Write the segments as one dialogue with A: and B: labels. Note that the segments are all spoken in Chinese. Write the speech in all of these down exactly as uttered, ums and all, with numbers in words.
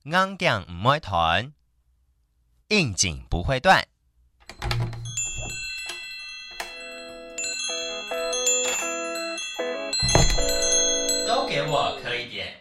A: 硬頸唔會斷，硬頸不會斷。都給我磕一點。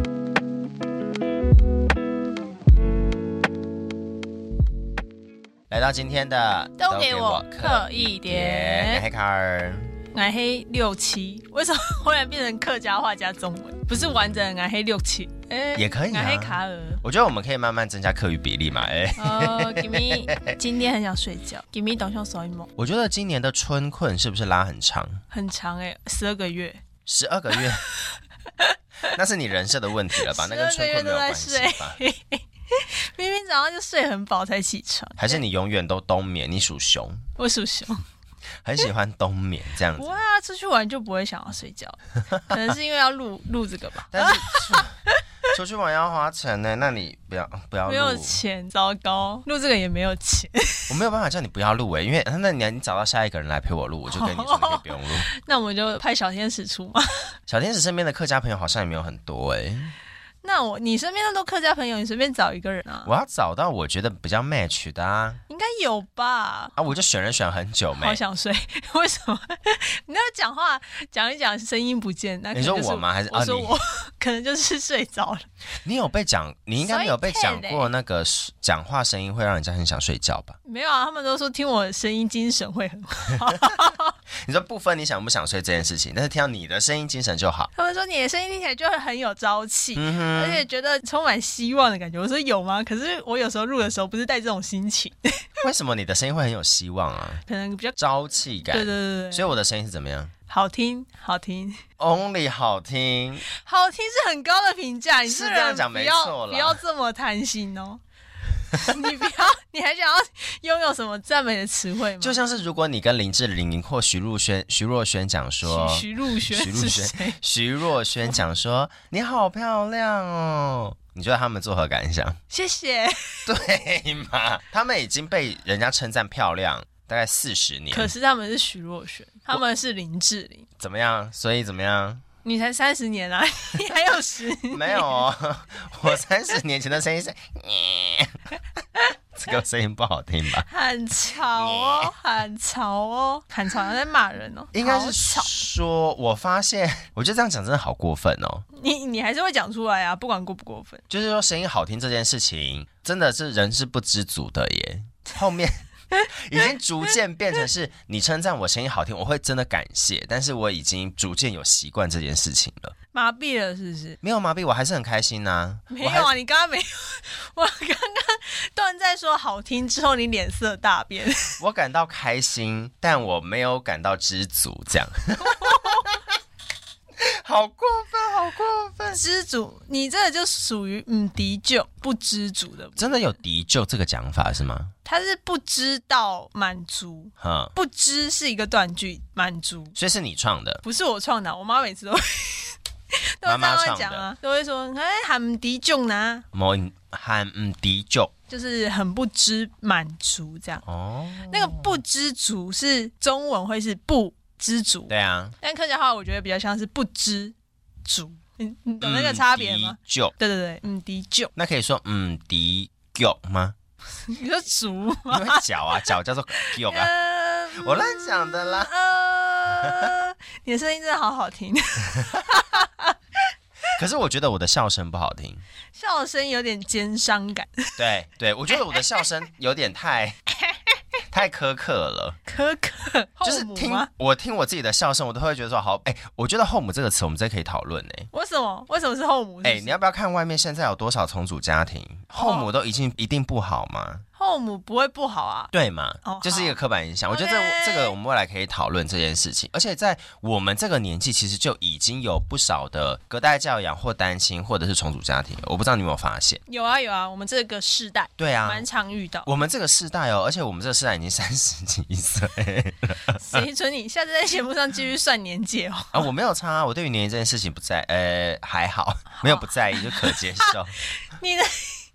A: 來到今天的
B: 都給我刻一點。
A: 黑卡爾，
B: 俺黑六七，為什麼忽然變成客家話加中文？不是完整的俺黑六七，哎，
A: 也可以啊。
B: 俺黑卡爾，
A: 我覺得我們可以慢慢增加客語比例嘛。哎，
B: 哦 ，Gimme， 今天很想睡覺 ，Gimme 懂像手一夢。
A: 我覺得今年的春困是不是拉很長？
B: 很長哎，十二個月。
A: 十二個月，那是你人設的問題了吧？那跟春困沒有關係吧？
B: 明明早上就睡很飽才起床，
A: 還是你永遠都冬眠？你屬熊，
B: 我屬熊，
A: 很喜歡冬眠這樣子。
B: 不會啊，出去玩就不會想要睡覺，可能是因為要錄錄這個吧。
A: 但是出, 出去玩要花錢呢，那你不要不要錄。
B: 沒有錢，糟糕，錄這個也沒有錢。
A: 我沒有辦法叫你不要錄誒，因為那你你找到下一個人來陪我錄，我就跟你說你可以不用錄。
B: 那我們就派小天使出嘛。
A: 小天使身邊的客家朋友好像也沒有很多誒。
B: 那我你身邊的都客家朋友，你隨便找一個人啊。
A: 我要找到我覺得比較 match 的啊。
B: 應該有吧？
A: 啊，我就選人選很久沒。
B: 好想睡，為什麼？你那講話講一講聲音不見，那可能、就是、
A: 你說我嗎？還是
B: 我說我、
A: 啊、
B: 可能就是睡着了。
A: 你有被講？你應該沒有被講過那個講話聲音會讓人家很想睡覺吧？
B: 沒有啊，他們都說聽我的聲音精神會很好。
A: 你說不分你想不想睡這件事情，但是聽到你的聲音精神就好。
B: 他們說你的聲音聽起來就會很有朝氣、
A: 嗯，
B: 而且覺得充滿希望的感覺。我說有嗎？可是我有時候錄的時候不是帶這種心情。
A: 為什麼你的聲音會很有希望啊？
B: 可能比較
A: 朝氣感。
B: 對對對對。
A: 所以我的聲音是怎麼樣？
B: 好聽，好聽。
A: Only 好聽，
B: 好聽是很高的評價。你
A: 是這樣講沒錯啦。
B: 不要這麼貪心哦。你不要，你還想要擁有什麼讚美的詞彙嗎？
A: 就像是如果你跟林志玲或徐若瑄、徐若瑄講說，
B: 徐若瑄是誰？
A: 徐若瑄講說你好漂亮哦，你覺得他們作何感想？
B: 謝謝。
A: 對嘛？他們已經被人家稱讚漂亮大概四十年，
B: 可是他們是徐若瑄，他們是林志玲，
A: 怎麼樣？所以怎麼樣？
B: 你才三十年啊，你還有十年？
A: 沒有哦，我三十年前的聲音是，這個聲音不好聽吧？
B: 很吵哦，很吵哦，很吵，在罵人哦。
A: 應該是說，我發現，我覺得這樣講真的好過分哦。
B: 你你還是會講出來啊，不管過不過分。
A: 就是說，聲音好聽這件事情，真的是人是不知足的耶。後面。已經逐漸變成是你稱讚我聲音好聽，我會真的感謝，但是我已經逐漸有習慣這件事情了。
B: 麻痹了是不是？
A: 沒有麻痹，我還是很開心啊。
B: 沒有啊，你剛剛沒有，我剛剛段在說好聽之後，你臉色大變。
A: 我感到開心，但我沒有感到知足，這樣。好過分，好過分！
B: 知足，你這個就屬於嗯敵就不知足的。
A: 真的有敵就這個講法是嗎？
B: 他是不知道滿足，不知是一個斷句，滿足，
A: 所以是你創的，
B: 不是我創的。我媽每次都會都會這樣會講啊，都會說哎，很敵就呢，
A: 很敵就，
B: 就是很不知滿足這樣。哦，那個不知足是中文會是不知足，
A: 對啊，
B: 但客家話我覺得比較像是不知足，你你懂那個差別嗎？
A: 就，
B: 對對對，嗯敵就，
A: 那可以說嗯敵就嗎？
B: 你說足嗎？
A: 因為腳啊，腳叫做腳啊，呃、我亂講的啦。
B: 呃、你的聲音真的好好聽。
A: 可是我覺得我的笑聲不好聽，
B: 笑聲有點奸商感。對
A: 對，我覺得我的笑聲有點太太苛刻了。
B: 苛刻，
A: 就是聽我聽我自己的笑聲，我都會覺得說好，哎，我覺得後母這個詞我們真可以討論哎。
B: 為什麼？為什麼是後母？
A: 哎，你要不要看外面現在有多少重組家庭，後母都已經一定不好嗎？
B: 後母不會不好啊，
A: 對嘛？哦，就是一個刻板印象。我覺得這這個我們未來可以討論這件事情。而且在我們這個年紀，其實就已經有不少的隔代教養或單親或者是重組家庭。我不知道你有沒有發現？
B: 有啊有啊，我們這個世代
A: 對啊，
B: 蠻常遇到。
A: 我們這個世代哦，而且我們這個世代已經三十幾歲了。
B: 誰准你下次在節目上繼續算年紀哦？
A: 啊，我沒有差，我對於年齡這件事情不在，呃，還好，沒有不在意，就可接受。
B: 你的。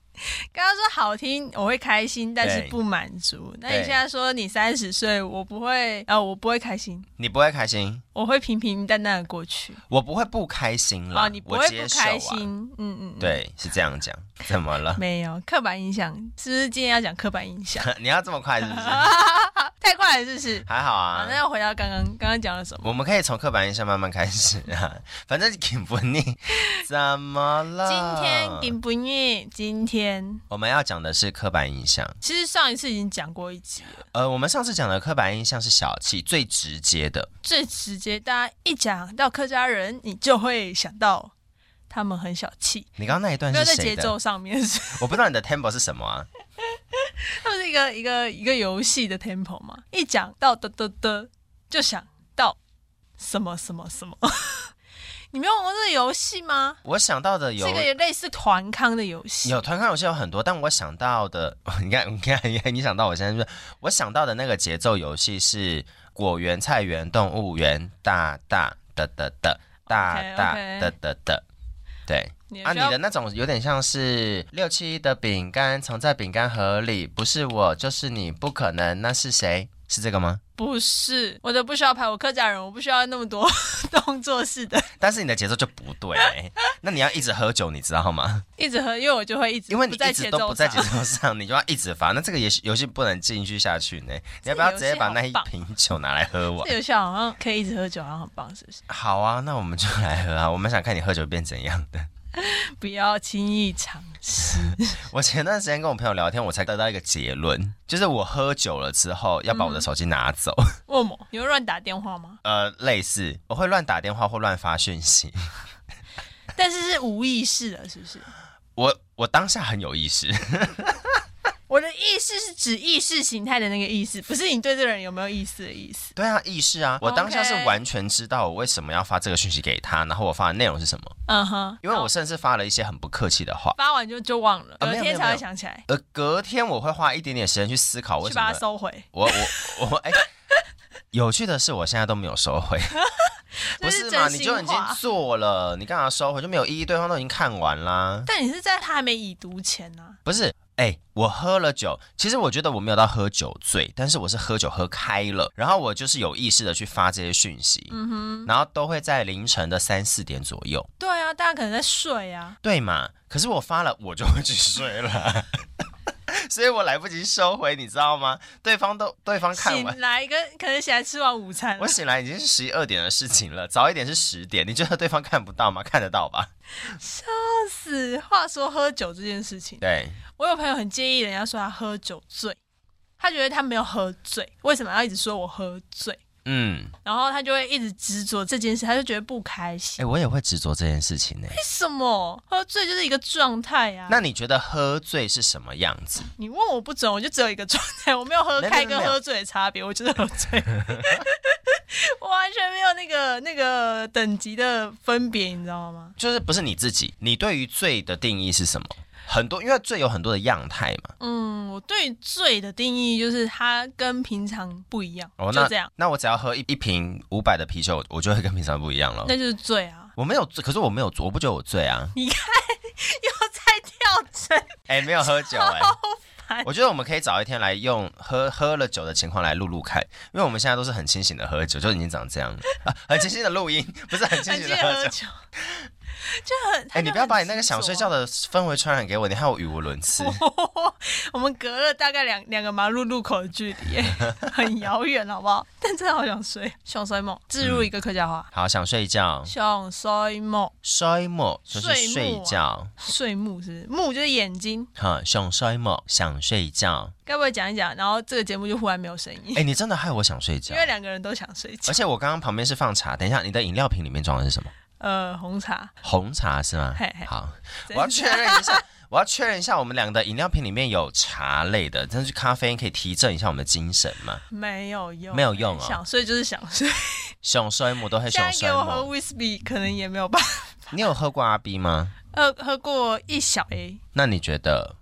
B: 刚刚说好听，我会开心，但是不满足。那你现在说你三十岁，我不会，啊，我不会开心。
A: 你不会开心？
B: 我会平平淡淡的过去。
A: 我不会不开心啦。
B: 哦，你不会不开心？
A: 啊、
B: 嗯嗯，
A: 对，是这样讲。怎么了？
B: 没有刻板印象，是不是今天要讲刻板印象？
A: 你要这么快是不是？
B: 太快了是不是？
A: 还好啊。
B: 好，那要回到刚刚刚刚讲了什么？
A: 我们可以从刻板印象慢慢开始啊。反正紧不腻，怎么了？
B: 今天紧不腻，今天
A: 我们要讲的是刻板印象。
B: 其实上一次已经讲过一集了。
A: 呃，我们上次讲的刻板印象是小气，最直接的。
B: 最直接，大家一讲到客家人，你就会想到他们很小气。
A: 你刚刚那一段是谁的？
B: 没有在节奏上面是。
A: 我不知道你的 tempo 是什么啊？
B: 它是一个一个一个游戏的 tempo 嘛，一讲到的的的，就想到什么什么什么。你没有玩过这个游戏吗？
A: 我想到的有
B: 这个也类似团康的游戏，
A: 有团康游戏有很多，但我想到的，你看，你看，你看，你想到我现在就是我想到的那个节奏游戏是果园、菜园、动物园，大大的的的，大大的的的，对。啊，你的那种有点像是六七的饼干藏在饼干盒里，不是我就是你，不可能，那是谁？是这个吗？
B: 不是，我的不需要排，我客家人，我不需要那么多动作式的。
A: 但是你的节奏就不对、欸，那你要一直喝酒，你知道吗？
B: 一直喝，因为我就会一直，
A: 因为你一直都不在节奏上，你就要一直发，那这个游戏游戏不能继续下去呢。你要不要直接把那一瓶酒拿来喝完？
B: 这游戏好像可以一直喝酒，好像很棒，是不是？
A: 好啊，那我们就来喝啊！我们想看你喝酒变怎样的。
B: 不要轻易尝试。
A: 我前段时间跟我朋友聊天，我才得到一个结论，就是我喝酒了之后要把我的手机拿走。
B: 为什么？你会乱打电话吗？
A: 呃，类似，我会乱打电话或乱发讯息，
B: 但是是无意识的，是不是？
A: 我我当下很有意识。
B: 我的意识是指意识形态的那个意思，不是你对这个人有没有意思的意思。
A: 对啊，意识啊，我当下是完全知道我为什么要发这个讯息给他，然后我发的内容是什么。
B: 嗯哼，
A: 因为我甚至发了一些很不客气的话，
B: 发完就就忘了，
A: 隔
B: 天才会想起来。
A: 呃，隔天我会花一点点时间去思考为什么，
B: 去把它收回。
A: 我我我，哎、欸，有趣的是，我现在都没有收回。不是嘛？你就已经做了，你干嘛收回？就没有意义，对方都已经看完啦。
B: 但你是在他还没已读前啊？
A: 不是。哎、欸，我喝了酒，其实我觉得我没有到喝酒醉，但是我是喝酒喝开了，然后我就是有意识的去发这些讯息，嗯哼，然后都会在凌晨的三四点左右。
B: 对啊，大家可能在睡啊。
A: 对嘛？可是我发了，我就会去睡了。所以我来不及收回，你知道吗？对方都对方看完
B: 醒来跟可能醒来吃完午餐了，
A: 我醒来已经是十一二点的事情了，早一点是十点。你觉得对方看不到吗？看得到吧？
B: 笑死！话说喝酒这件事情，
A: 对，
B: 我有朋友很介意人家说他喝酒醉，他觉得他没有喝醉，为什么要一直说我喝醉？嗯，然后他就会一直执着这件事，他就觉得不开心。
A: 哎、欸，我也会执着这件事情呢、欸。
B: 为什么？喝醉就是一个状态啊。
A: 那你觉得喝醉是什么样子？
B: 你问我不准，我就只有一个状态，我没有喝开跟喝醉的差别，我就是喝醉。我完全没有那个那个等级的分别，你知道吗？
A: 就是不是你自己，你对于醉的定义是什么？很多，因为醉有很多的样态嘛。
B: 嗯，我对醉的定义就是它跟平常不一样，哦、就这样。
A: 那我只要喝一一瓶五百的啤酒，我就会跟平常不一样了。
B: 那就是醉啊！
A: 我没有醉，可是我没有，我不觉得我醉啊。
B: 你看，又在跳针。
A: 哎、欸，没有喝酒哎、欸。我觉得我们可以找一天来用喝喝了酒的情况来录录看，因为我们现在都是很清醒的喝酒，就已经长这样了、啊，很清醒的录音，不是很清醒的喝酒。
B: 就很哎、
A: 欸，你不要把你那个想睡觉的氛围传染给我，你害我语无伦次。
B: 我们隔了大概两两个马路路口的距离，很遥远，好不好？但真的好想睡，想睡梦，置入一个客家话、
A: 嗯。好，想睡觉，
B: 想睡梦，
A: 睡梦就是睡觉，
B: 睡目是目就是眼睛。
A: 好，想睡梦，想睡觉。
B: 该不会讲一讲，然后这个节目就忽然没有声音？
A: 哎、欸，你真的害我想睡觉，
B: 因为两个人都想睡觉。
A: 而且我刚刚旁边是放茶，等一下，你的饮料瓶里面装的是什么？
B: 呃，红茶，
A: 红茶是吗？
B: 嘿嘿
A: 好，我要确认一下，我要确认一下，我们两个的饮料瓶里面有茶类的，但是咖啡因可以提振一下我们的精神吗？
B: 没有用，
A: 没有用哦。
B: 想睡就是想睡，
A: 想睡我都会想睡。
B: 现在给我喝 whisky 可能也没有办法。
A: 你有喝过阿 B 吗？
B: 喝喝过一小 A。
A: 那你觉得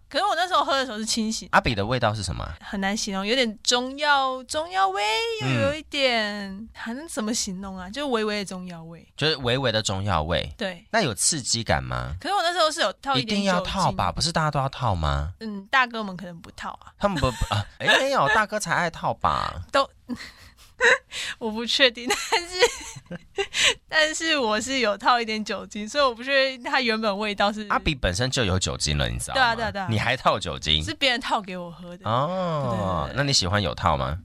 B: 可是我那时候喝的时候是清醒。
A: 阿比的味道是什么？
B: 很难形容，有点中药中药味，又有一点、嗯、还能怎么形容啊？就是微微的中药味，
A: 就是微微的中药味。
B: 对，
A: 那有刺激感吗？
B: 可是我那时候是有套一点酒精，
A: 一定要套吧？不是大家都要套吗？
B: 嗯，大哥们可能不套啊，
A: 他们不啊？哎、欸，没有，大哥才爱套吧？
B: 都。我不确定，但是但是我是有套一点酒精，所以我不确定它原本味道是。
A: 阿比本身就有酒精了，你知道吗？
B: 对啊对啊对啊，
A: 你还套酒精？
B: 是别人套给我喝的
A: 哦。
B: 对对对对，
A: 那你喜欢有套吗？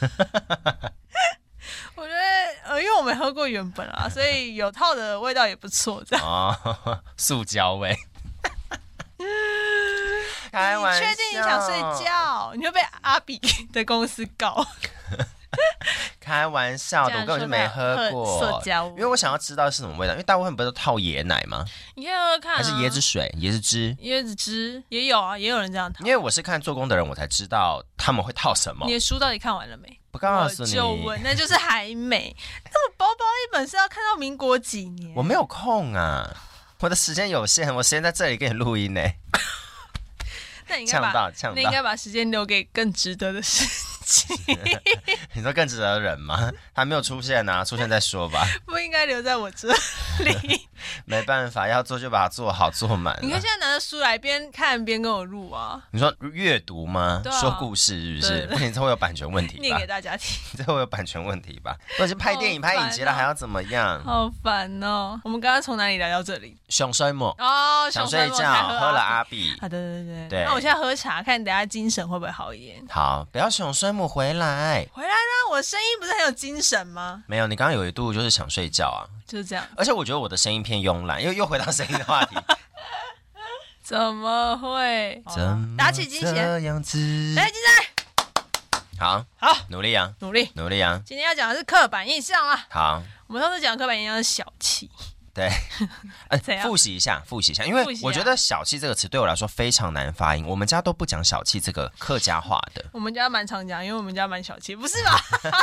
B: 我觉得呃，因为我没喝过原本啊，所以有套的味道也不错，这样。
A: 哦，塑胶味。开玩笑，
B: 你确定你想睡觉，你会被阿比的公司告。
A: 开玩笑的，我根本就没喝过
B: 塑胶，
A: 因为我想要知道是什么味道。因为大部分不是都套椰奶吗？
B: 你可以喝喝看、啊，
A: 还是椰子水、椰子汁？
B: 椰子汁也有啊，也有人这样套。
A: 因为我是看做工的人，我才知道他们会套什么。
B: 你的书到底看完了没？
A: 不告诉你，
B: 我就问，那就是还没。那么薄薄一本是要看到民国几年？
A: 我没有空啊，我的时间有限，我时间在这里给你录音呢。
B: 那你应该把，那你应该把时间留给更值得的事情。
A: 你说更值得的人吗？还没有出现啊，出现再说吧。
B: 不应该留在我这里。
A: 没办法，要做就把它做好做满。
B: 你看现在拿着书来边看边跟我录啊。
A: 你说阅读吗？啊、说故事是不是？不行，这会有版权问题吧。
B: 念给大家听，
A: 这会有版权问题吧？或者是拍电影、拍影集了，还要怎么样？
B: 好烦哦！我们刚刚从哪里来到这里？
A: 想睡梦
B: 哦，
A: 想睡觉，喝了阿比。
B: 啊，对对对
A: 对。
B: 那我现在喝茶，看等下精神会不会好一点？
A: 好，不要想睡梦回来。
B: 回来啦！我声音不是很有精神吗？
A: 没有，你刚刚有一度就是想睡觉啊。
B: 就是这样。
A: 而且我觉得我的声音偏慵懒，又又回到声音的话题。
B: 怎么会？
A: 怎么
B: 打起精神
A: 这样子？
B: 来，精神。
A: 好，
B: 好，
A: 努力啊，
B: 努力，
A: 努力啊。
B: 今天要讲的是刻板印象啊。
A: 好，
B: 我们上次讲刻板印象是小气。
A: 对，呃，复习一下，复习一下，因为我觉得小气这个词对我来说非常难发音。我们家都不讲小气这个客家话的。
B: 我们家蛮常讲，因为我们家蛮小气，不是吧？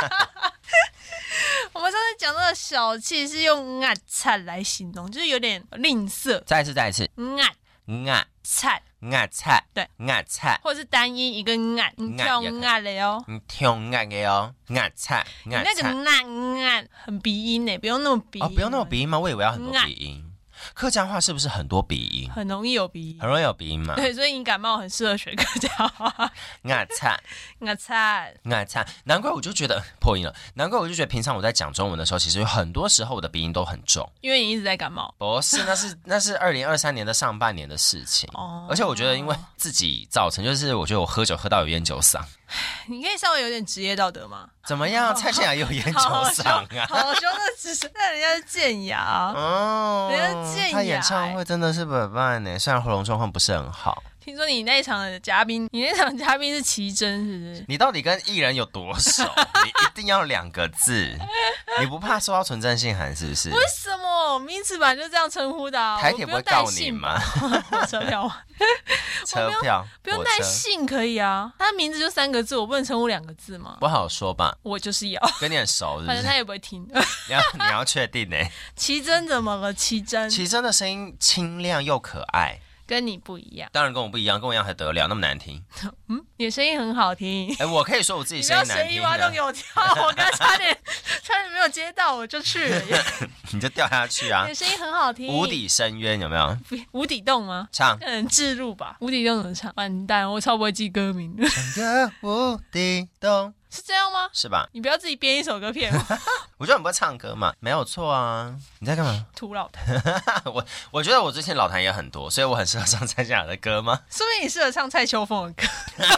B: 我们上次讲到的小气是用“爱菜”来形容，就是有点吝啬。
A: 再一次，再一次，
B: 爱
A: 爱
B: 菜，
A: 爱菜，
B: 对，
A: 爱菜，
B: 或者是单音一个爱，你跳爱了哟，
A: 你跳爱的哟，爱菜，
B: 你那个爱爱很鼻音呢，不用那么鼻音，
A: 哦，不用那么鼻音吗？我以为要很多鼻音。客家话是不是很多鼻音？
B: 很容易有鼻音，
A: 很容易有鼻音嘛。
B: 对，所以你感冒很适合学客家话。
A: 爱菜，
B: 爱菜，
A: 爱菜，难怪我就觉得破音了。难怪我就觉得平常我在讲中文的时候，其实有很多时候我的鼻音都很重，
B: 因为你一直在感冒。
A: 不是，那是那是二零二三年的上半年的事情。哦，而且我觉得因为自己造成，就是我觉得我喝酒喝到有烟酒嗓。
B: 你可以稍微有点职业道德吗？
A: 怎么样？蔡健雅也有烟酒嗓啊！
B: 好凶的，只是但人家是健雅哦，人家是健雅。
A: 他演唱会真的是不办呢，虽然喉咙状况不是很好。
B: 听说你那一场的嘉宾，你那场嘉宾是奇珍，是不是？
A: 你到底跟艺人有多熟？你一定要两个字，你不怕收到存证信函是不是？
B: 为什么名字版就这样称呼的、啊？
A: 台铁不会告你吗？
B: 车票，
A: 车票
B: 不用带姓可以啊。他的名字就三个字，我不能称呼两个字吗？
A: 不好说吧。
B: 我就是要
A: 跟你很熟是不是，
B: 反正他也不会听。
A: 你要你要确定呢、欸？
B: 奇珍怎么了？奇珍，
A: 奇珍的声音清亮又可爱。
B: 跟你不一样，
A: 当然跟我不一样，跟我一样还得了，那么难听。
B: 嗯，你的声音很好听。
A: 哎、欸，我可以说我自己声音难听。
B: 你不要随意挖洞给我跳，我刚差点差点没有接到，我就去了。
A: 你就掉下去啊！
B: 你的声音很好听。
A: 无底深渊有没有？
B: 无底洞吗？
A: 唱，
B: 可能置入吧。无底洞怎么唱？完蛋，我超不会记歌名。
A: 个无底洞。
B: 是这样吗？
A: 是吧？
B: 你不要自己编一首歌骗我。
A: 我觉得很不会唱歌嘛，没有错啊。你在干嘛？
B: 吐老痰。
A: 我我觉得我最近老痰也很多，所以我很适合唱蔡健雅的歌吗？
B: 说明你适合唱蔡秋凤的歌。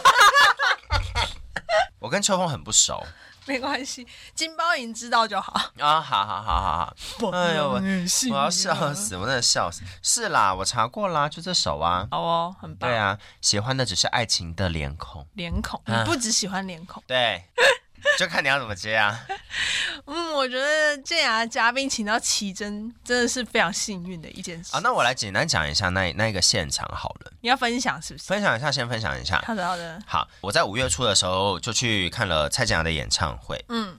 A: 我跟秋凤很不熟。
B: 没关系，金包银知道就好
A: 啊！好好好好好，哎呦我我要笑死，我真的笑死。是啦，我查过啦，就这首啊。
B: 好哦，很棒。
A: 对啊，喜欢的只是爱情的脸孔。
B: 脸孔，你不只喜欢脸孔。
A: 对，就看你要怎么接啊。
B: 嗯，我觉得健雅的嘉宾请到奇珍，真的是非常幸运的一件事。
A: 啊，那我来简单讲一下那那一个现场好了。
B: 你要分享是不是？
A: 分享一下，先分享一下。
B: 好的好的。
A: 好，我在五月初的时候就去看了蔡健雅的演唱会。嗯。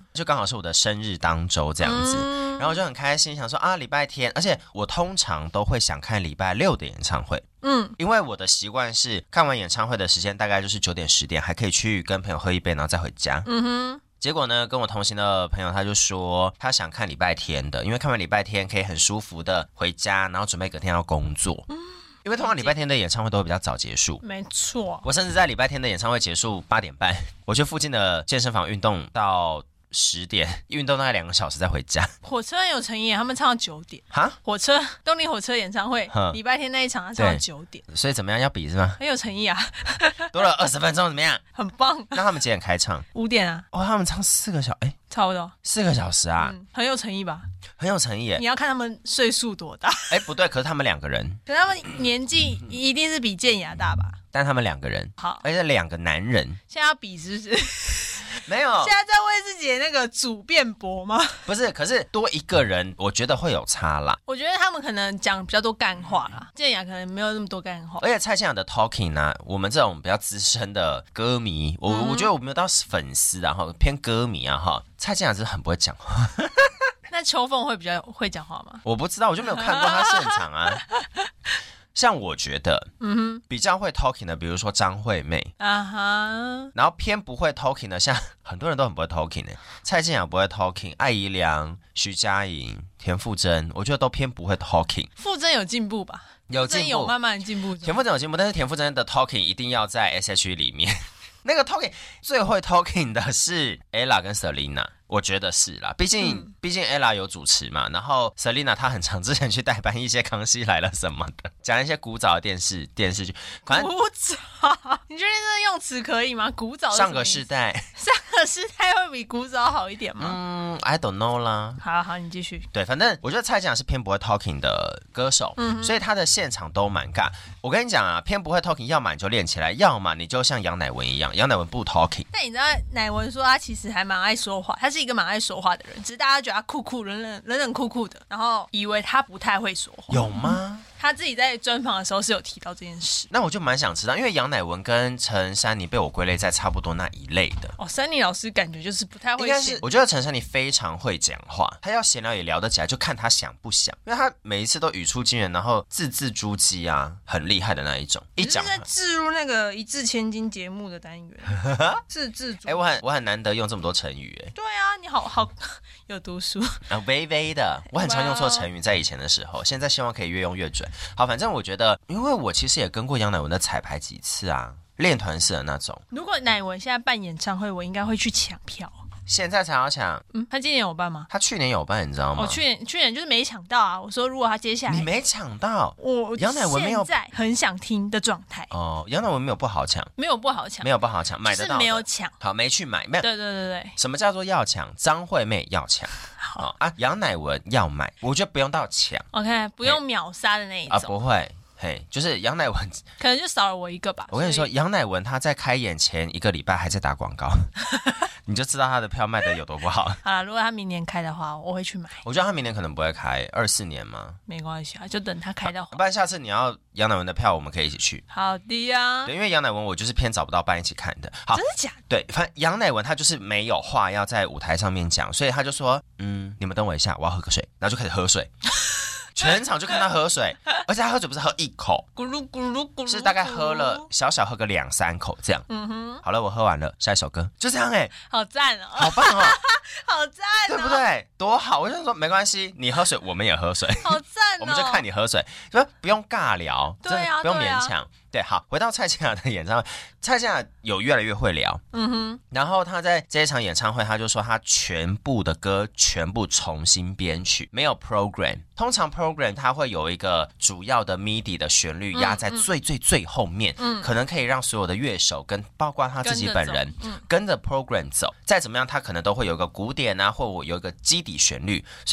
A: 就刚好是我的生日当周这样子，嗯、然后我就很开心，想说啊礼拜天，而且我通常都会想看礼拜六的演唱会。嗯，因为我的习惯是看完演唱会的时间大概就是九点十点，还可以去跟朋友喝一杯，然后再回家。嗯哼。结果呢，跟我同行的朋友他就说他想看礼拜天的，因为看完礼拜天可以很舒服的回家，然后准备隔天要工作。嗯，因为通常礼拜天的演唱会都会比较早结束。
B: 没错，
A: 我甚至在礼拜天的演唱会结束八点半，我去附近的健身房运动到十点，运动大概两个小时再回家。
B: 火车很有诚意，他们唱到九点。
A: 哈，
B: 火车动力火车演唱会，礼拜天那一场他唱到九点。
A: 所以怎么样？要比是吗？
B: 很有诚意啊，
A: 多了二十分钟，怎么样？
B: 很棒。
A: 那他们几点开唱？
B: 五点啊。
A: 哦，他们唱四个小，哎，
B: 差不多
A: 四个小时啊、
B: 嗯，很有诚意吧？
A: 很有诚意耶。
B: 你要看他们岁数多大？
A: 哎，不对，可是他们两个人，
B: 可是他们年纪一定是比健雅大吧？
A: 但他们两个人，
B: 好，
A: 而且两个男人，
B: 现在要比是不是？
A: 没有，
B: 现在在为自己的那个主辩驳吗？
A: 不是，可是多一个人，我觉得会有差啦。
B: 我觉得他们可能讲比较多干话啦，健雅可能没有那么多干话。
A: 而且蔡健雅的 talking 呢、啊，我们这种比较资深的歌迷，我、嗯、我觉得我没有到粉丝啊，哈，偏歌迷啊，哈，蔡健雅真的很不会讲话。
B: 那秋凤会比较会讲话吗？
A: 我不知道，我就没有看过他现场啊。像我觉得，嗯哼，比较会 talking 的，比如说张惠妹，啊哈，然后偏不会 talking 的，像很多人都很不会 talking 的，蔡健雅不会 talking， 艾怡良、徐佳莹、田馥甄，我觉得都偏不会 talking。
B: 馥甄有进步吧？
A: 有进步，
B: 有慢慢进步。
A: 田馥甄有进步，但是田馥甄的 talking 一定要在 S H E 里面。那个 talking 最会 talking 的是 Ella 跟 Selina， 我觉得是啦，毕竟、嗯、毕竟 Ella 有主持嘛，然后 Selina 她很常之前去代班一些康熙来了什么的，讲一些古早的电视电视剧。
B: 古早，你觉得这个用词可以吗？古早
A: 上个世代，
B: 上个世代会比古早好一点吗？
A: 嗯 ，I don't know 啦。
B: 好好，你继续。
A: 对，反正我觉得蔡健雅是偏不会 talking 的歌手，嗯、所以他的现场都蛮尬。我跟你讲啊，偏不会 talking， 要么你就练起来，要么你就像杨乃文一样，杨乃文不 talking。
B: 但你知道乃文说他其实还蛮爱说话，他是一个蛮爱说话的人，只是大家觉得他酷酷冷冷冷冷酷酷的，然后以为他不太会说话。
A: 有吗？
B: 他自己在专访的时候是有提到这件事。
A: 那我就蛮想知道，因为杨乃文跟陈珊妮被我归类在差不多那一类的。
B: 哦，珊妮老师感觉就是不太会写。
A: 我觉得陈珊妮非常会讲话，她要闲聊也聊得起来，就看她想不想。因为她每一次都语出惊人，然后字字珠玑啊，很厉害的那一种。一讲
B: 是在置入那个一掷千金节目的单元，字字珠。
A: 哎、欸，我很我很难得用这么多成语哎。
B: 对啊，你好好有读书
A: 啊，微微的，我很常用错成语，在以前的时候，现在希望可以越用越准。好，反正我觉得，因为我其实也跟过杨乃文的彩排几次啊，练团式的那种。
B: 如果乃文现在办演唱会，我应该会去抢票。
A: 现在才要抢？
B: 嗯，他今年有办吗？
A: 他去年有办，你知道吗？
B: 我、哦、去年去年就是没抢到啊。我说如果他接下来
A: 你没抢到，
B: 我
A: 杨乃文没有
B: 现在很想听的状态
A: 哦。杨乃文没有不好抢，
B: 没有不好抢，
A: 没有不好抢，买得到，
B: 就是没有抢。
A: 好，没去买，没有。
B: 对对对对，
A: 什么叫做要抢？张惠妹要抢。好、哦、啊，杨乃文要买，我觉得不用到抢。
B: OK， 不用秒杀的那一种
A: 啊，不会。嘿，就是杨乃文，
B: 可能就少了我一个吧。
A: 我跟你说，杨乃文他在开演前一个礼拜还在打广告，你就知道他的票卖的有多不好。
B: 好啦，如果他明年开的话，我会去买。
A: 我觉得他明年可能不会开，二四年吗？
B: 没关系啊，就等他开到。
A: 不然下次你要杨乃文的票，我们可以一起去。
B: 好的呀。
A: 对，因为杨乃文我就是偏找不到伴一起看的。好，
B: 真的假的？
A: 对，反正杨乃文他就是没有话要在舞台上面讲，所以他就说，嗯，你们等我一下，我要喝个水，然后就开始喝水。全场就看他喝水，而且他喝水不是喝一口，
B: 咕噜咕噜咕噜，
A: 是大概喝了小小喝个两三口这样。嗯哼，好了，我喝完了，下一首歌就这样哎、欸，
B: 好赞哦，
A: 好棒哦，
B: 好赞、哦，
A: 对不对？多好！我就说没关系，你喝水，我们也喝水，
B: 好赞、哦，
A: 我们就看你喝水，就不用尬聊，
B: 对啊，
A: 不用勉强。对，好，回到蔡健雅的演唱会，蔡健雅有越来越会聊，嗯哼，然后他在这一场演唱会，他就说他全部的歌全部重新编曲，没有 program。通常 program 它会有一个主要的 M I D I 的旋律压在最最最后面，嗯，可能可以让所有的乐手跟包括他自己本人跟着, 嗯、跟着 program 走，再怎么样他可能都会有一个鼓点啊，或有一个基底旋律，所以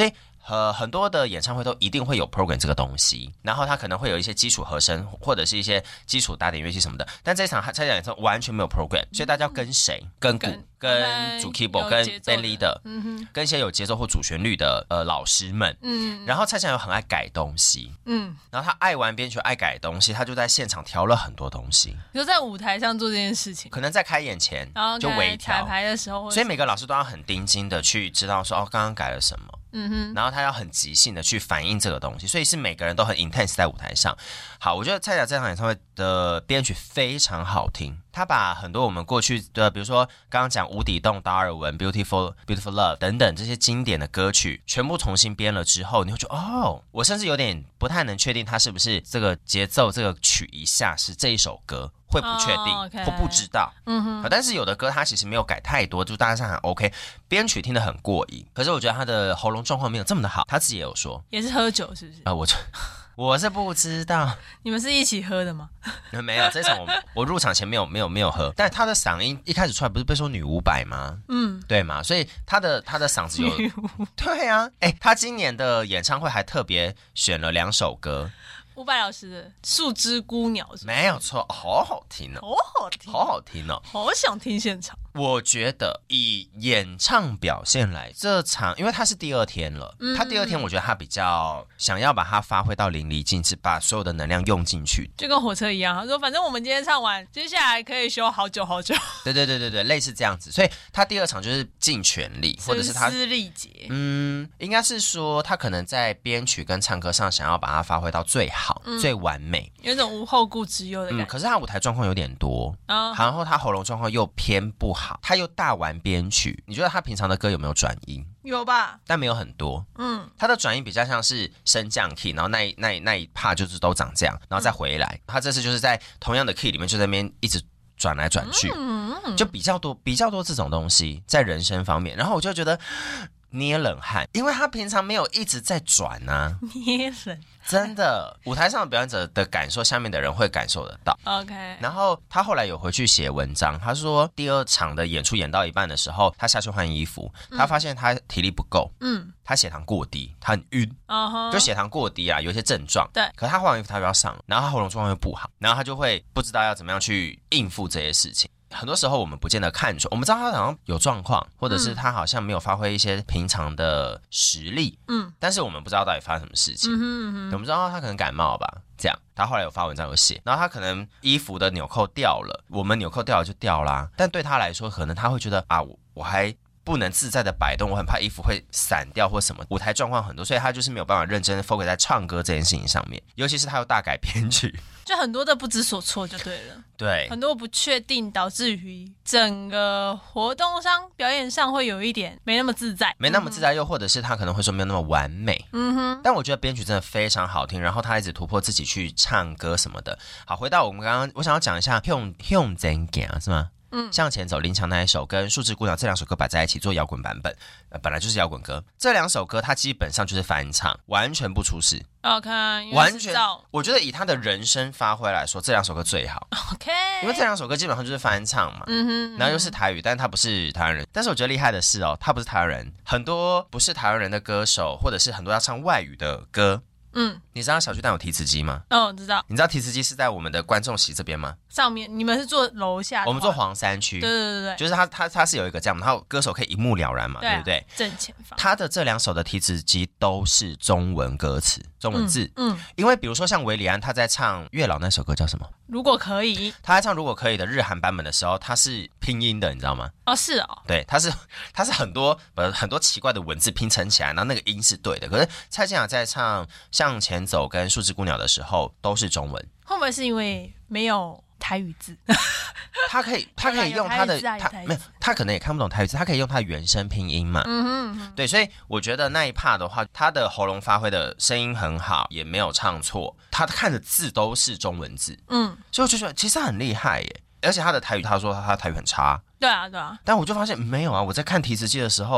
A: 呃，很多的演唱会都一定会有 program 这个东西，然后它可能会有一些基础和声或者是一些基础打点乐器什么的，但这一场蔡健雅演唱会完全没有 program， 所以大家要跟谁？跟鼓、跟主 keyboard、跟 band leader、嗯、跟一些有节奏或主旋律的呃老师们。嗯，然后蔡健雅很爱改东西，嗯，然后他爱玩编曲，爱改东西，他就在现场调了很多东西。
B: 就在舞台上做这件事情，
A: 可能在开演前就微调，
B: 彩排的时候，
A: 所以每个老师都要很盯紧的去知道说哦，刚刚改了什么。嗯哼，然后他要很即兴的去反映这个东西，所以是每个人都很 intense 在舞台上。好，我觉得蔡健雅这场演唱会的编曲非常好听，他把很多我们过去的，比如说刚刚讲无底洞、达尔文、Beautiful Beautiful Love 等等这些经典的歌曲，全部重新编了之后，你会觉得哦，我甚至有点不太能确定他是不是这个节奏、这个曲一下是这一首歌。会不确定、oh, okay. 或不知道，嗯哼，但是有的歌它其实没有改太多，就大家上很 OK， 编曲听得很过瘾。可是我觉得他的喉咙状况没有这么的好，他自己也有说，
B: 也是喝酒是不是？
A: 啊、呃，我我是不知道，
B: 你们是一起喝的吗？
A: 没有，这场我我入场前没有没有没有喝，但他的嗓音一开始出来不是被说女五百吗？嗯，对嘛，所以他的他的嗓子有，对啊，哎，他今年的演唱会还特别选了两首歌。
B: 伍佰老师的《树枝姑鸟》是不是？
A: 没有错，好好听哦，
B: 好好听，
A: 好好听哦，
B: 好想听现场。
A: 我觉得以演唱表现来，这场因为它是第二天了，嗯、他第二天我觉得他比较想要把它发挥到淋漓尽致，把所有的能量用进去，
B: 就跟火车一样。他说，反正我们今天唱完，接下来可以休好久好久。
A: 对对对对对，类似这样子。所以他第二场就是尽全力，或者是他
B: 声嘶力竭。
A: 嗯，应该是说他可能在编曲跟唱歌上想要把它发挥到最好、嗯、最完美，
B: 有一种无后顾之忧的感觉。
A: 嗯，可是他舞台状况有点多，哦、然后他喉咙状况又偏不好。他又大玩编曲，你觉得他平常的歌有没有转音？
B: 有吧，
A: 但没有很多。嗯，他的转音比较像是升降 key， 然后那一那一那一 part 就是都长这样，然后再回来。嗯、他这次就是在同样的 key 里面，就在那边一直转来转去，嗯、就比较多比较多这种东西在人声方面。然后我就觉得捏冷汗，因为他平常没有一直在转啊，
B: 捏冷。
A: 真的，舞台上的表演者的感受，下面的人会感受得到。
B: OK。
A: 然后他后来有回去写文章，他说第二场的演出演到一半的时候，他下去换衣服，嗯、他发现他体力不够，嗯，他血糖过低，他很晕， uh-huh. 就血糖过低啊，有一些症状。
B: 对。
A: 可他换完衣服他就要上，然后他喉咙状况又不好，然后他就会不知道要怎么样去应付这些事情。很多时候我们不见得看出，我们知道他好像有状况，或者是他好像没有发挥一些平常的实力，嗯，但是我们不知道到底发生什么事情。嗯哼嗯哼，我们知道他可能感冒吧，这样。他后来有发文章有写，然后他可能衣服的纽扣掉了，我们纽扣掉了就掉啦，但对他来说，可能他会觉得啊，我我还不能自在的摆动，我很怕衣服会散掉或什么，舞台状况很多，所以他就是没有办法认真 focus 在唱歌这件事情上面，尤其是他又大改编曲。
B: 就很多的不知所措就对了，
A: 对，
B: 很多不确定导致于整个活动上表演上会有一点没那么自在，
A: 没那么自在，又或者是他可能会说没有那么完美，嗯哼。但我觉得编曲真的非常好听，然后他一直突破自己去唱歌什么的。好，回到我们刚刚，我想要讲一下用用怎讲是吗？嗯，向前走林强那一首跟树枝姑娘这两首歌摆在一起做摇滚版本，呃，本来就是摇滚歌。这两首歌它基本上就是翻唱，完全不出事。
B: OK，
A: 完全，我觉得以他的人声发挥来说，这两首歌最好。
B: OK，
A: 因为这两首歌基本上就是翻唱嘛，嗯哼，然后又是台语，但他不是台湾人。但是我觉得厉害的是哦，他不是台湾人，很多不是台湾人的歌手，或者是很多要唱外语的歌。嗯，你知道小巨蛋有提词机吗？
B: 哦，知道。
A: 你知道提词机是在我们的观众席这边吗？
B: 上面，你们是坐楼下？
A: 我们坐黄山区。
B: 对对对对，
A: 就是他他他是有一个这样，然后歌手可以一目了然嘛， 对,、啊、对不对？
B: 正前方。
A: 他的这两首的提词机都是中文歌词，中文字。嗯，嗯因为比如说像韦礼安他在唱月老那首歌叫什么？
B: 如果可以。
A: 他在唱如果可以的日韩版本的时候，他是拼音的，你知道吗？
B: 哦，是哦。
A: 对，他是他是很多呃很多奇怪的文字拼成起来，然后那个音是对的。可是蔡健雅在唱向前走跟树枝姑娘的时候都是中文，
B: 会不会是因为没有台语字？
A: 他可以，他可以用他的，他没有，他可能也看不懂台语字，他可以用他的原声拼音嘛。嗯哼嗯哼，对，所以我觉得那一 part 的话，他的喉咙发挥的声音很好，也没有唱错，他看的字都是中文字。嗯，所以我就觉得其实很厉害耶。而且他的台语，他说他台语很差。
B: 对啊，对啊。
A: 但我就发现没有啊，我在看提词机的时候。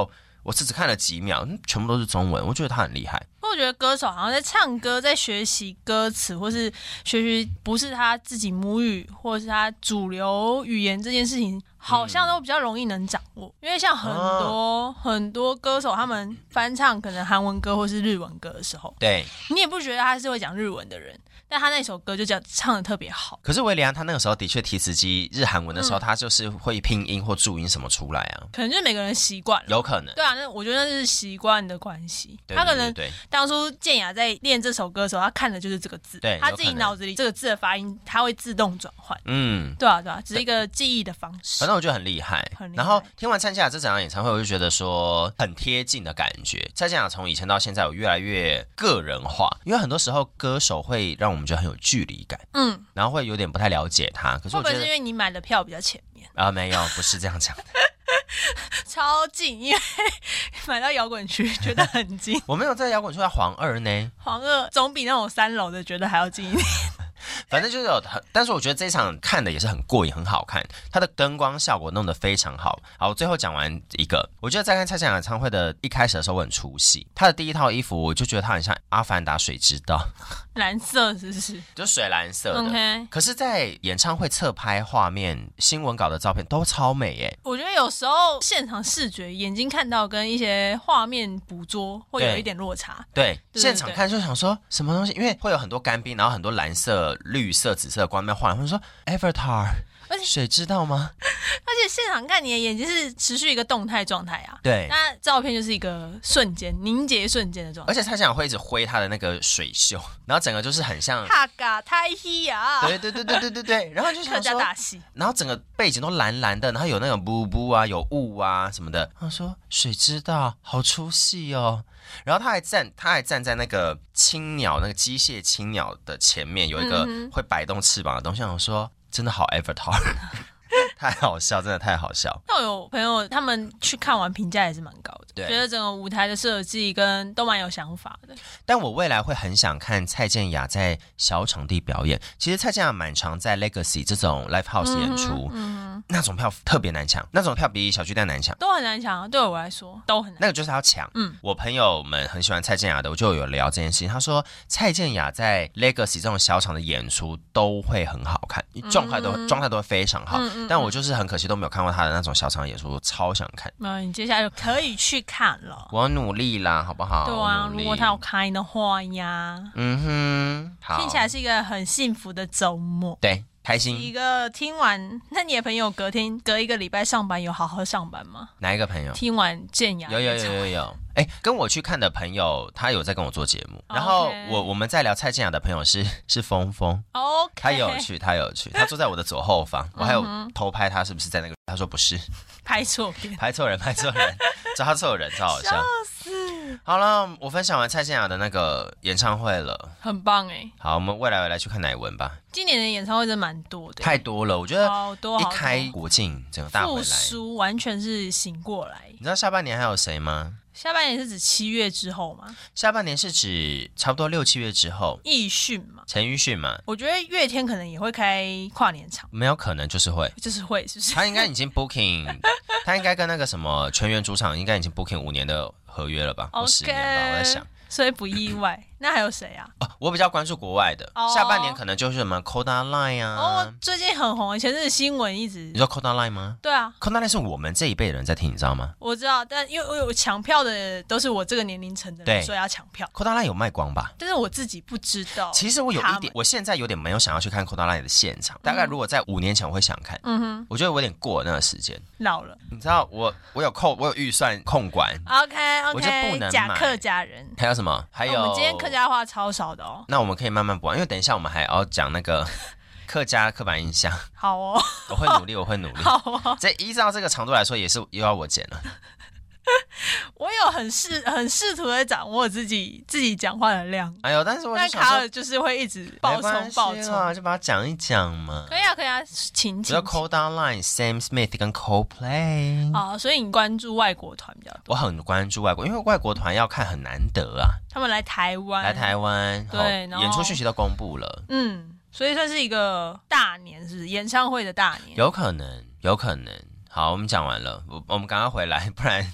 A: 我只只看了几秒，全部都是中文，我觉得他很厉害。
B: 我觉得歌手好像在唱歌，在学习歌词，或是学习不是他自己母语，或是他主流语言这件事情，好像都比较容易能掌握。因为像很多、哦、很多歌手，他们翻唱可能韩文歌或是日文歌的时候，
A: 对，
B: 你也不觉得他是会讲日文的人，但他那首歌就叫唱得特别好。
A: 可是维里安他那个时候的确提词机日韩文的时候、嗯，他就是会拼音或注音什么出来啊，
B: 可能就是每个人习惯了，
A: 有可能。
B: 对啊，那我觉得那是习惯的关系。
A: 他
B: 可能当初健雅在练这首歌的时候，他看的就是这个字，
A: 对，
B: 他自己脑子里这个字的发音，他会自动转换。嗯，对啊，对啊，只是一个记忆的方式。
A: 反正我觉得很厉害。很厉害。然后听完蔡健雅这整场演唱会，我就觉得说很贴近的感觉。蔡健雅从以前到现在有越来越个人化，因为很多时候歌手会让我们觉得很有距离感，嗯，然后会有点不太了解他。可是我觉得会不
B: 会是因为你买的票比较前面
A: 啊？没有，不是这样讲的。
B: 超近，因为买到摇滚区觉得很近。
A: 我没有在摇滚区，在黄二呢。
B: 黄二总比那种三楼的觉得还要近一点。
A: 反正就是有，但是我觉得这一场看的也是很过瘾，很好看，它的灯光效果弄得非常好。好，我最后讲完一个，我觉得在看蔡健雅演唱会的一开始的时候我很出戏，她的第一套衣服我就觉得她很像阿凡达水之道，
B: 蓝色是不是？
A: 就水蓝色的。
B: Okay.
A: 可是，在演唱会侧拍画面、新闻稿的照片都超美耶。
B: 我觉得有时候现场视觉眼睛看到跟一些画面捕捉会有一点落差。
A: 对，对对对，现场看就想说什么东西，因为会有很多干冰，然后很多蓝色、绿色、紫色的光面晃来，或者说 Avatar。水知道吗？
B: 而且现场看你的眼睛是持续一个动态状态啊，
A: 对，
B: 那照片就是一个瞬间凝结瞬间的状态。
A: 而且蔡健雅会一直挥他的那个水袖，然后整个就是很像
B: 哈嘎太希呀，
A: 对对对对对对对，然后就想说
B: 客家大戏，
A: 然后整个背景都蓝蓝的，然后有那种布布啊，有雾啊什么的。他说水知道，好出戏哦。然后他还站，他还站在那个青鸟那个机械青鸟的前面，有一个会摆动翅膀的东西。我说真的好 Avatar。太好笑，真的太好笑。
B: 那我有朋友他们去看完评价也是蛮高的，对，觉得整个舞台的设计跟都蛮有想法的。
A: 但我未来会很想看蔡健雅在小场地表演。其实蔡健雅蛮常在 Legacy 这种 Live House 演出，嗯嗯、那种票特别难抢，那种票比小巨蛋难抢，
B: 都很难抢。对我来说都很难。
A: 那个就是要抢。嗯，我朋友们很喜欢蔡健雅的，我就有聊这件事情。他说蔡健雅在 Legacy 这种小场的演出都会很好看，状态都状态都会非常好。嗯嗯嗯，但我就是很可惜都没有看过他的那种小场演出，我超想看。
B: 那你接下来就可以去看了。
A: 我努力啦，好不好？
B: 对啊，如果他有开的话呀。嗯哼，好，听起来是一个很幸福的周末。
A: 对，开心。
B: 一个听完，那你的朋友隔天隔一个礼拜上班有好好上班吗？
A: 哪一个朋友？
B: 听完健雅
A: 有有有有有。哎，跟我去看的朋友，他有在跟我做节目。然后我我们在聊蔡健雅的朋友是是峰峰，
B: okay.
A: 他有趣，他有趣，他坐在我的左后方，我还有偷拍他是不是在那个，他说不是，
B: 拍错片，
A: 拍错人，拍错人，找他错人，超好笑。
B: 笑死！
A: 好了，我分享完蔡健雅的那个演唱会了，
B: 很棒哎。
A: 好，我们未来来去看乃文吧。
B: 今年的演唱会真的蛮多的，
A: 太多了，我觉得
B: 好多，
A: 一开国庆整个大回来，复
B: 苏完全是醒过来。
A: 你知道下半年还有谁吗？
B: 下半年是指七月之后吗？
A: 下半年是指差不多六七月之后。
B: 奕迅嘛，
A: 陈奕迅嘛。
B: 我觉得月天可能也会开跨年场，
A: 没有可能，就是会，
B: 就是会，是不是？
A: 他应该已经 booking， 他应该跟那个什么全员主场应该已经 booking 五年的合约了吧，
B: okay,
A: 或十年吧，我在想。
B: 所以不意外。那还有谁啊？
A: 哦，我比较关注国外的，哦、下半年可能就是什么 Kodaline 啊。
B: 哦，最近很红，前阵子新闻一直。
A: 你说 Kodaline 吗？
B: 对啊
A: ，Kodaline 是我们这一辈的人在听，你知道吗？
B: 我知道，但因为我有抢票的都是我这个年龄层的人，所以要抢票。
A: Kodaline 有卖光吧？
B: 但是我自己不知道。
A: 其实我有一点，我现在有点没有想要去看 Kodaline 的现场。大概如果在五年前我会想看，嗯哼，我觉得我有点过那个时间，
B: 老了。
A: 你知道我我有控我有预算控管
B: ，OK OK，
A: 我就不能买。
B: 假客家人。
A: 还有什么？还有、哦、
B: 我们今天客家话超少的哦。
A: 那我们可以慢慢补，因为等一下我们还要讲那个客家刻板印象。
B: 好哦，
A: 我会努力，我会努力。
B: 好哦，
A: 这依照这个长度来说，也是又要我剪了。
B: 我有很试很试图的掌握自己自己讲话的量，
A: 哎呦，但是我
B: 但卡尔就是会一直爆冲爆冲，
A: 就把它讲一讲嘛。
B: 可以啊，可以啊，请请。
A: 比如 Kodaline、Sam Smith 跟 Coldplay
B: 啊，所以你关注外国团比较多。
A: 我很关注外国，因为外国团要看很难得啊。
B: 他们来台湾，
A: 来台湾，
B: 对，
A: 演出讯息都公布了，
B: 嗯，所以算是一个大年，是不是演唱会的大年？
A: 有可能，有可能。好，我们讲完了，我我们赶快回来，不然。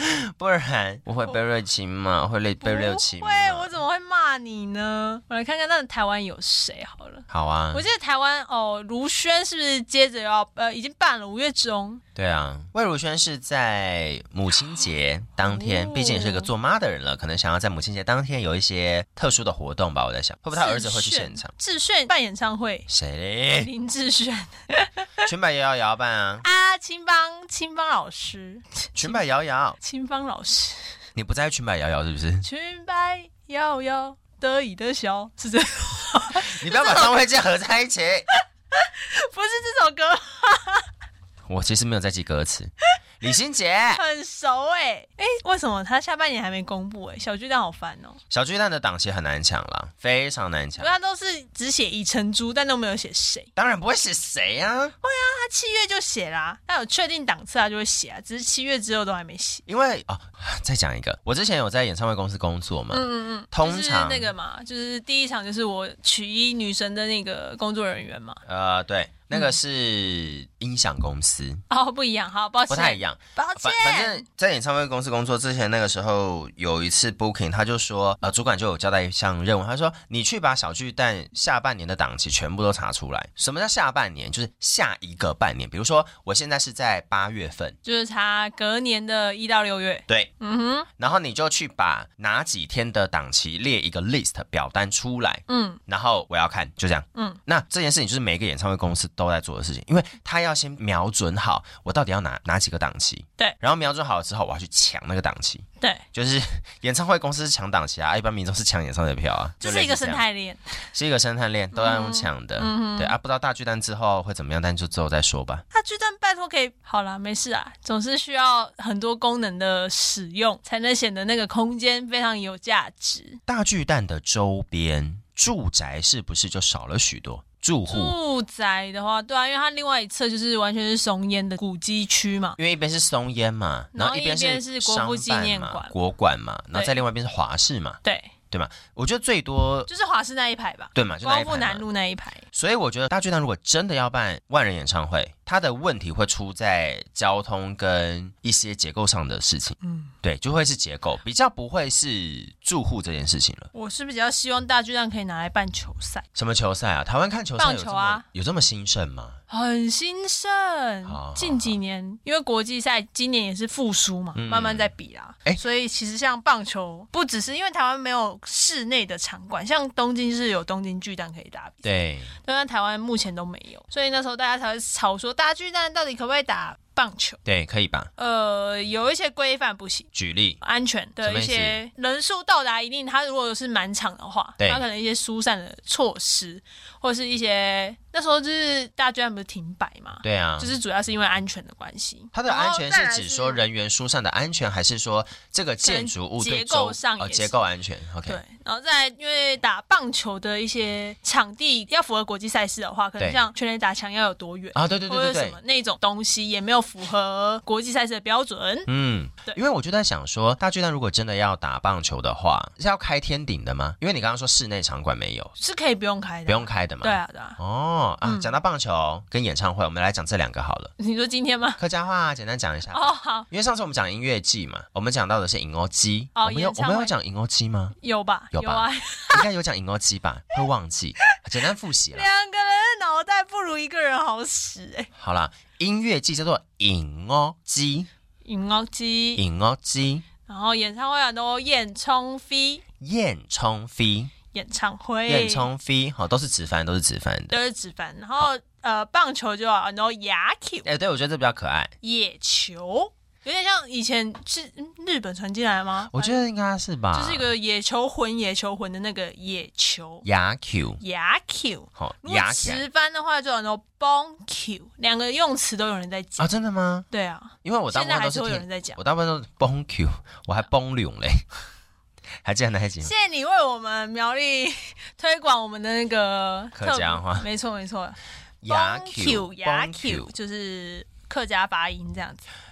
A: 不然我会被瑞清吗？会被被六清吗？
B: 会，我怎么会骂你呢？我来看看，那台湾有谁好了。
A: 好啊，
B: 我记得台湾哦，如轩是不是接着要呃已经办了五月中？
A: 对啊，魏如萱是在母亲节当天，
B: 哦
A: 毕竟也是个做妈的人了，可能想要在母亲节当天有一些特殊的活动吧。我在想，会不会他儿子会去现场？
B: 智炫办演唱会，
A: 谁？
B: 林智炫，
A: 裙摆摇摇办啊！
B: 啊，青帮青帮老师，
A: 裙摆摇摇，
B: 青帮老师，
A: 你不在裙摆摇摇是不是？
B: 裙摆摇摇，得意的笑，是这样，
A: 你不要把张卫健合在一起。
B: 不是这首歌。
A: 我其实没有在记歌词。李心洁
B: 很熟哎、欸、哎、欸，为什么他下半年还没公布哎、欸？小巨蛋好烦哦、喔。
A: 小巨蛋的档期很难抢了，非常难抢。
B: 他都是只写已成珠，但都没有写谁。
A: 当然不会写谁啊。会
B: 啊，他七月就写啦、啊，他有确定档次他就会写啊，只是七月之后都还没写。
A: 因为哦，再讲一个，我之前有在演唱会公司工作嘛，嗯嗯嗯，通常、
B: 就是、那个嘛，就是第一场就是我曲一女神的那个工作人员嘛。
A: 呃，对。那个是音响公司、
B: 嗯、哦，不一样，好，抱歉，
A: 不太一样，
B: 抱歉。
A: 反正在演唱会公司工作之前，那个时候有一次 booking， 他就说，呃，主管就有交代一项任务，他说你去把小巨蛋下半年的档期全部都查出来。什么叫下半年？就是下一个半年。比如说我现在是在八月份，
B: 就是查隔年的一到六月。
A: 对，
B: 嗯哼。
A: 然后你就去把哪几天的档期列一个 list 表单出来，嗯，然后我要看，就这样，嗯。那这件事情就是每个演唱会公司都在做的事情，因为他要先瞄准好我到底要哪哪几个档期，
B: 对，
A: 然后瞄准好了之后，我要去抢那个档期，
B: 对，
A: 就是演唱会公司是抢档期啊，一般民众是抢演唱会的票啊，
B: 这是一个生态链，
A: 是一个生态链，都要用抢的，嗯、对啊，不知道大巨蛋之后会怎么样，但就之后再说吧。
B: 大巨蛋拜托可以好啦，没事啊，总是需要很多功能的使用，才能显得那个空间非常有价值。
A: 大巨蛋的周边住宅是不是就少了许多？住户
B: 住宅的话，对啊，因为它另外一侧就是完全是松烟的古迹区嘛，
A: 因为一边是松烟嘛，然后一边
B: 是国父纪念馆、
A: 国馆嘛，然后在另外一边是华视嘛，
B: 对。
A: 对吗？我觉得最多
B: 就是华视那一排吧，
A: 对嘛，就那一排嘛，
B: 光复南路那一排。
A: 所以我觉得大巨蛋如果真的要办万人演唱会，它的问题会出在交通跟一些结构上的事情。嗯，对，就会是结构，比较不会是住户这件事情了。
B: 我是比较希望大巨蛋可以拿来办球赛。
A: 什么球赛啊？台湾看球赛有这么
B: 棒球啊，
A: 有这么兴盛吗？
B: 很兴盛，近几年因为国际赛今年也是复苏嘛，嗯、慢慢在比啦。欸、所以其实像棒球，不只是因为台湾没有室内的场馆，像东京是有东京巨蛋可以打比赛，
A: 对，
B: 但台湾目前都没有，所以那时候大家才会吵说大巨蛋到底可不可以打棒球？
A: 对，可以吧？
B: 呃，有一些规范不行，
A: 举例，
B: 安全的一些人数到达一定，它如果是满场的话，它可能一些疏散的措施，或者是一些那时候就是大巨蛋不是停摆嘛？
A: 对啊，
B: 就是主要是因为安全的关系。
A: 它的安全是指说人员疏散的安全，还是说这个建筑物对
B: 结构上也是、
A: 哦、结构安全 ？OK。
B: 对，然后再因为打棒球的一些场地要符合国际赛事的话，可能像全垒打墙要有多远
A: 啊？对对对对对，
B: 或者什么那种东西也没有符合国际赛事的标准。
A: 嗯，对，因为我就在想说，大巨蛋如果真的要打棒球的话，是要开天顶的吗？因为你刚刚说室内场馆没有，
B: 是可以不用开的、啊，
A: 不用开的嘛？
B: 对啊，对啊。
A: 哦啊，讲、嗯、到棒球跟演唱会，我们来讲这两个好了。
B: 你说今天吗？
A: 客家话简单讲一下
B: 哦，好。
A: 因为上次我们讲音乐季嘛，我们讲到的是银欧基，哦，我们有我们有讲银欧基吗？
B: 有吧，
A: 有吧，有啊、应该有讲银欧基吧？会忘记，简单复习了。
B: 两个人的脑袋不如一个人好使哎、欸。
A: 好啦，音乐季叫做银欧基，
B: 银欧基，
A: 银欧基。
B: 然后演唱会很多演冲飞，
A: 演冲飞。
B: 演唱会，
A: 演冲飞，好，都是直翻，都是直翻的，
B: 都是直翻。然后呃，棒球就要然后野球，
A: 哎、欸，对我觉得这比较可爱。
B: 野球有点像以前是日本传进来吗？
A: 我觉得应该是吧，
B: 就是一个野球魂，野球魂的那个野球，
A: 野球，
B: 野球。好，如果直翻的话就有那种棒球，两个用词都有人在讲
A: 啊？真的吗？
B: 对啊，
A: 因为我大部分都是
B: 现在还是会有人在讲，
A: 我大部分都是棒球，我还蹦流嘞。还记得那一集吗？
B: 谢谢你为我们苗栗推广我们的那个
A: 客家话，
B: 没错没错。
A: 牙 Q
B: 牙 Q 就是客家发音这样子。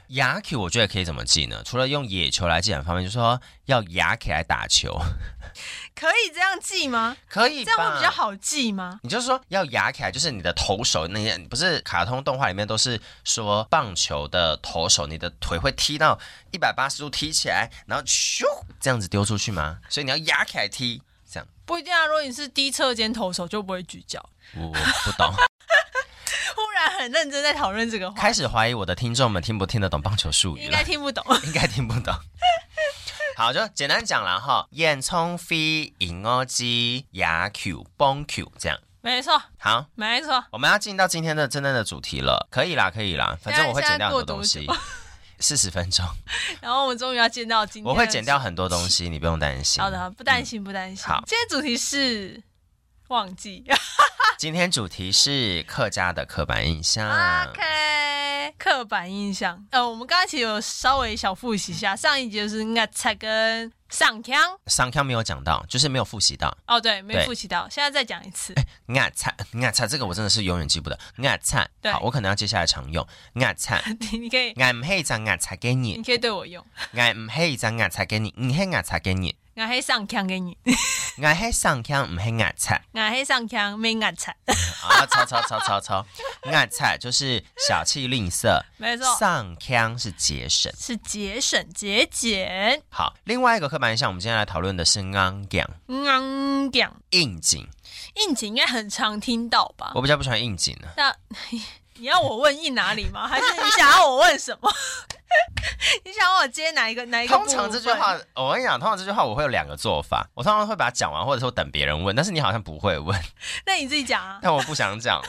A: 牙 Q 我觉得可以怎么记呢？除了用野球来记很方便，就是说要牙 K 来打球，
B: 可以这样记吗？
A: 可以吧，
B: 这样会比较好记吗？
A: 你就是说要牙 K，就是你的投手那些，不是卡通动画里面都是说棒球的投手，你的腿会踢到一百八十度踢起来，然后咻这样子丢出去吗？所以你要牙 K 来踢，这样
B: 不一定啊。如果你是低侧肩投手，就不会举脚。
A: 我我不懂。
B: 忽然很认真在讨论这个话，
A: 开始怀疑我的听众们听不听得懂棒球术语了，
B: 应该听不懂，
A: 应该听不懂。好，就简单讲了哈，烟囱飞、银耳鸡、牙 Q、崩 Q 这样。
B: 没错，
A: 好，
B: 没错。
A: 我们要进到今天的真正的主题了，可以啦，可以啦，反正我会剪掉很多东西。四十分钟，
B: 然后我们终于要见到今天，
A: 我会剪掉很多东西，你不用担心。
B: 好的，不担心，不担心。
A: 好，
B: 今天主题是忘记。
A: 今天主题是客家的刻板印象。
B: OK， 刻板印象。呃，我们刚才其实有稍微小复习一下，上一集就是牙菜跟上腔，
A: 上腔没有讲到，就是没有复习到。
B: 哦，对，没有复习到，现在再讲一次。
A: 牙菜，牙菜，这个我真的是永远记不得。牙菜，好，我可能要接下来常用牙菜。
B: 你可以，
A: 我唔係張牙菜給你，
B: 你可以對我用。
A: 我唔係張牙菜給你，唔係牙菜給你。
B: 我係上腔給你，
A: 我係上腔唔係牙菜，
B: 我係上腔沒牙菜。
A: 啊，抄抄抄抄抄，牙菜就是小氣吝啬，
B: 沒錯。
A: 上腔是節省，
B: 是節省節儉。
A: 好，另外一個刻板印象，我們今天來討論的是硬頸，
B: 硬頸，
A: 應景，
B: 應景應該很常聽到吧？
A: 我比較不喜歡應景呢。
B: 那你要我問應哪裡嗎？還是你想要我問什麼？你想要我接哪一個哪一個部分？
A: 通常這句話，我跟你講，通常這句話我會有兩個做法，我通常會把它講完，或者說等別人問，但是你好像不會問。
B: 那你自己講啊。
A: 但我不想講。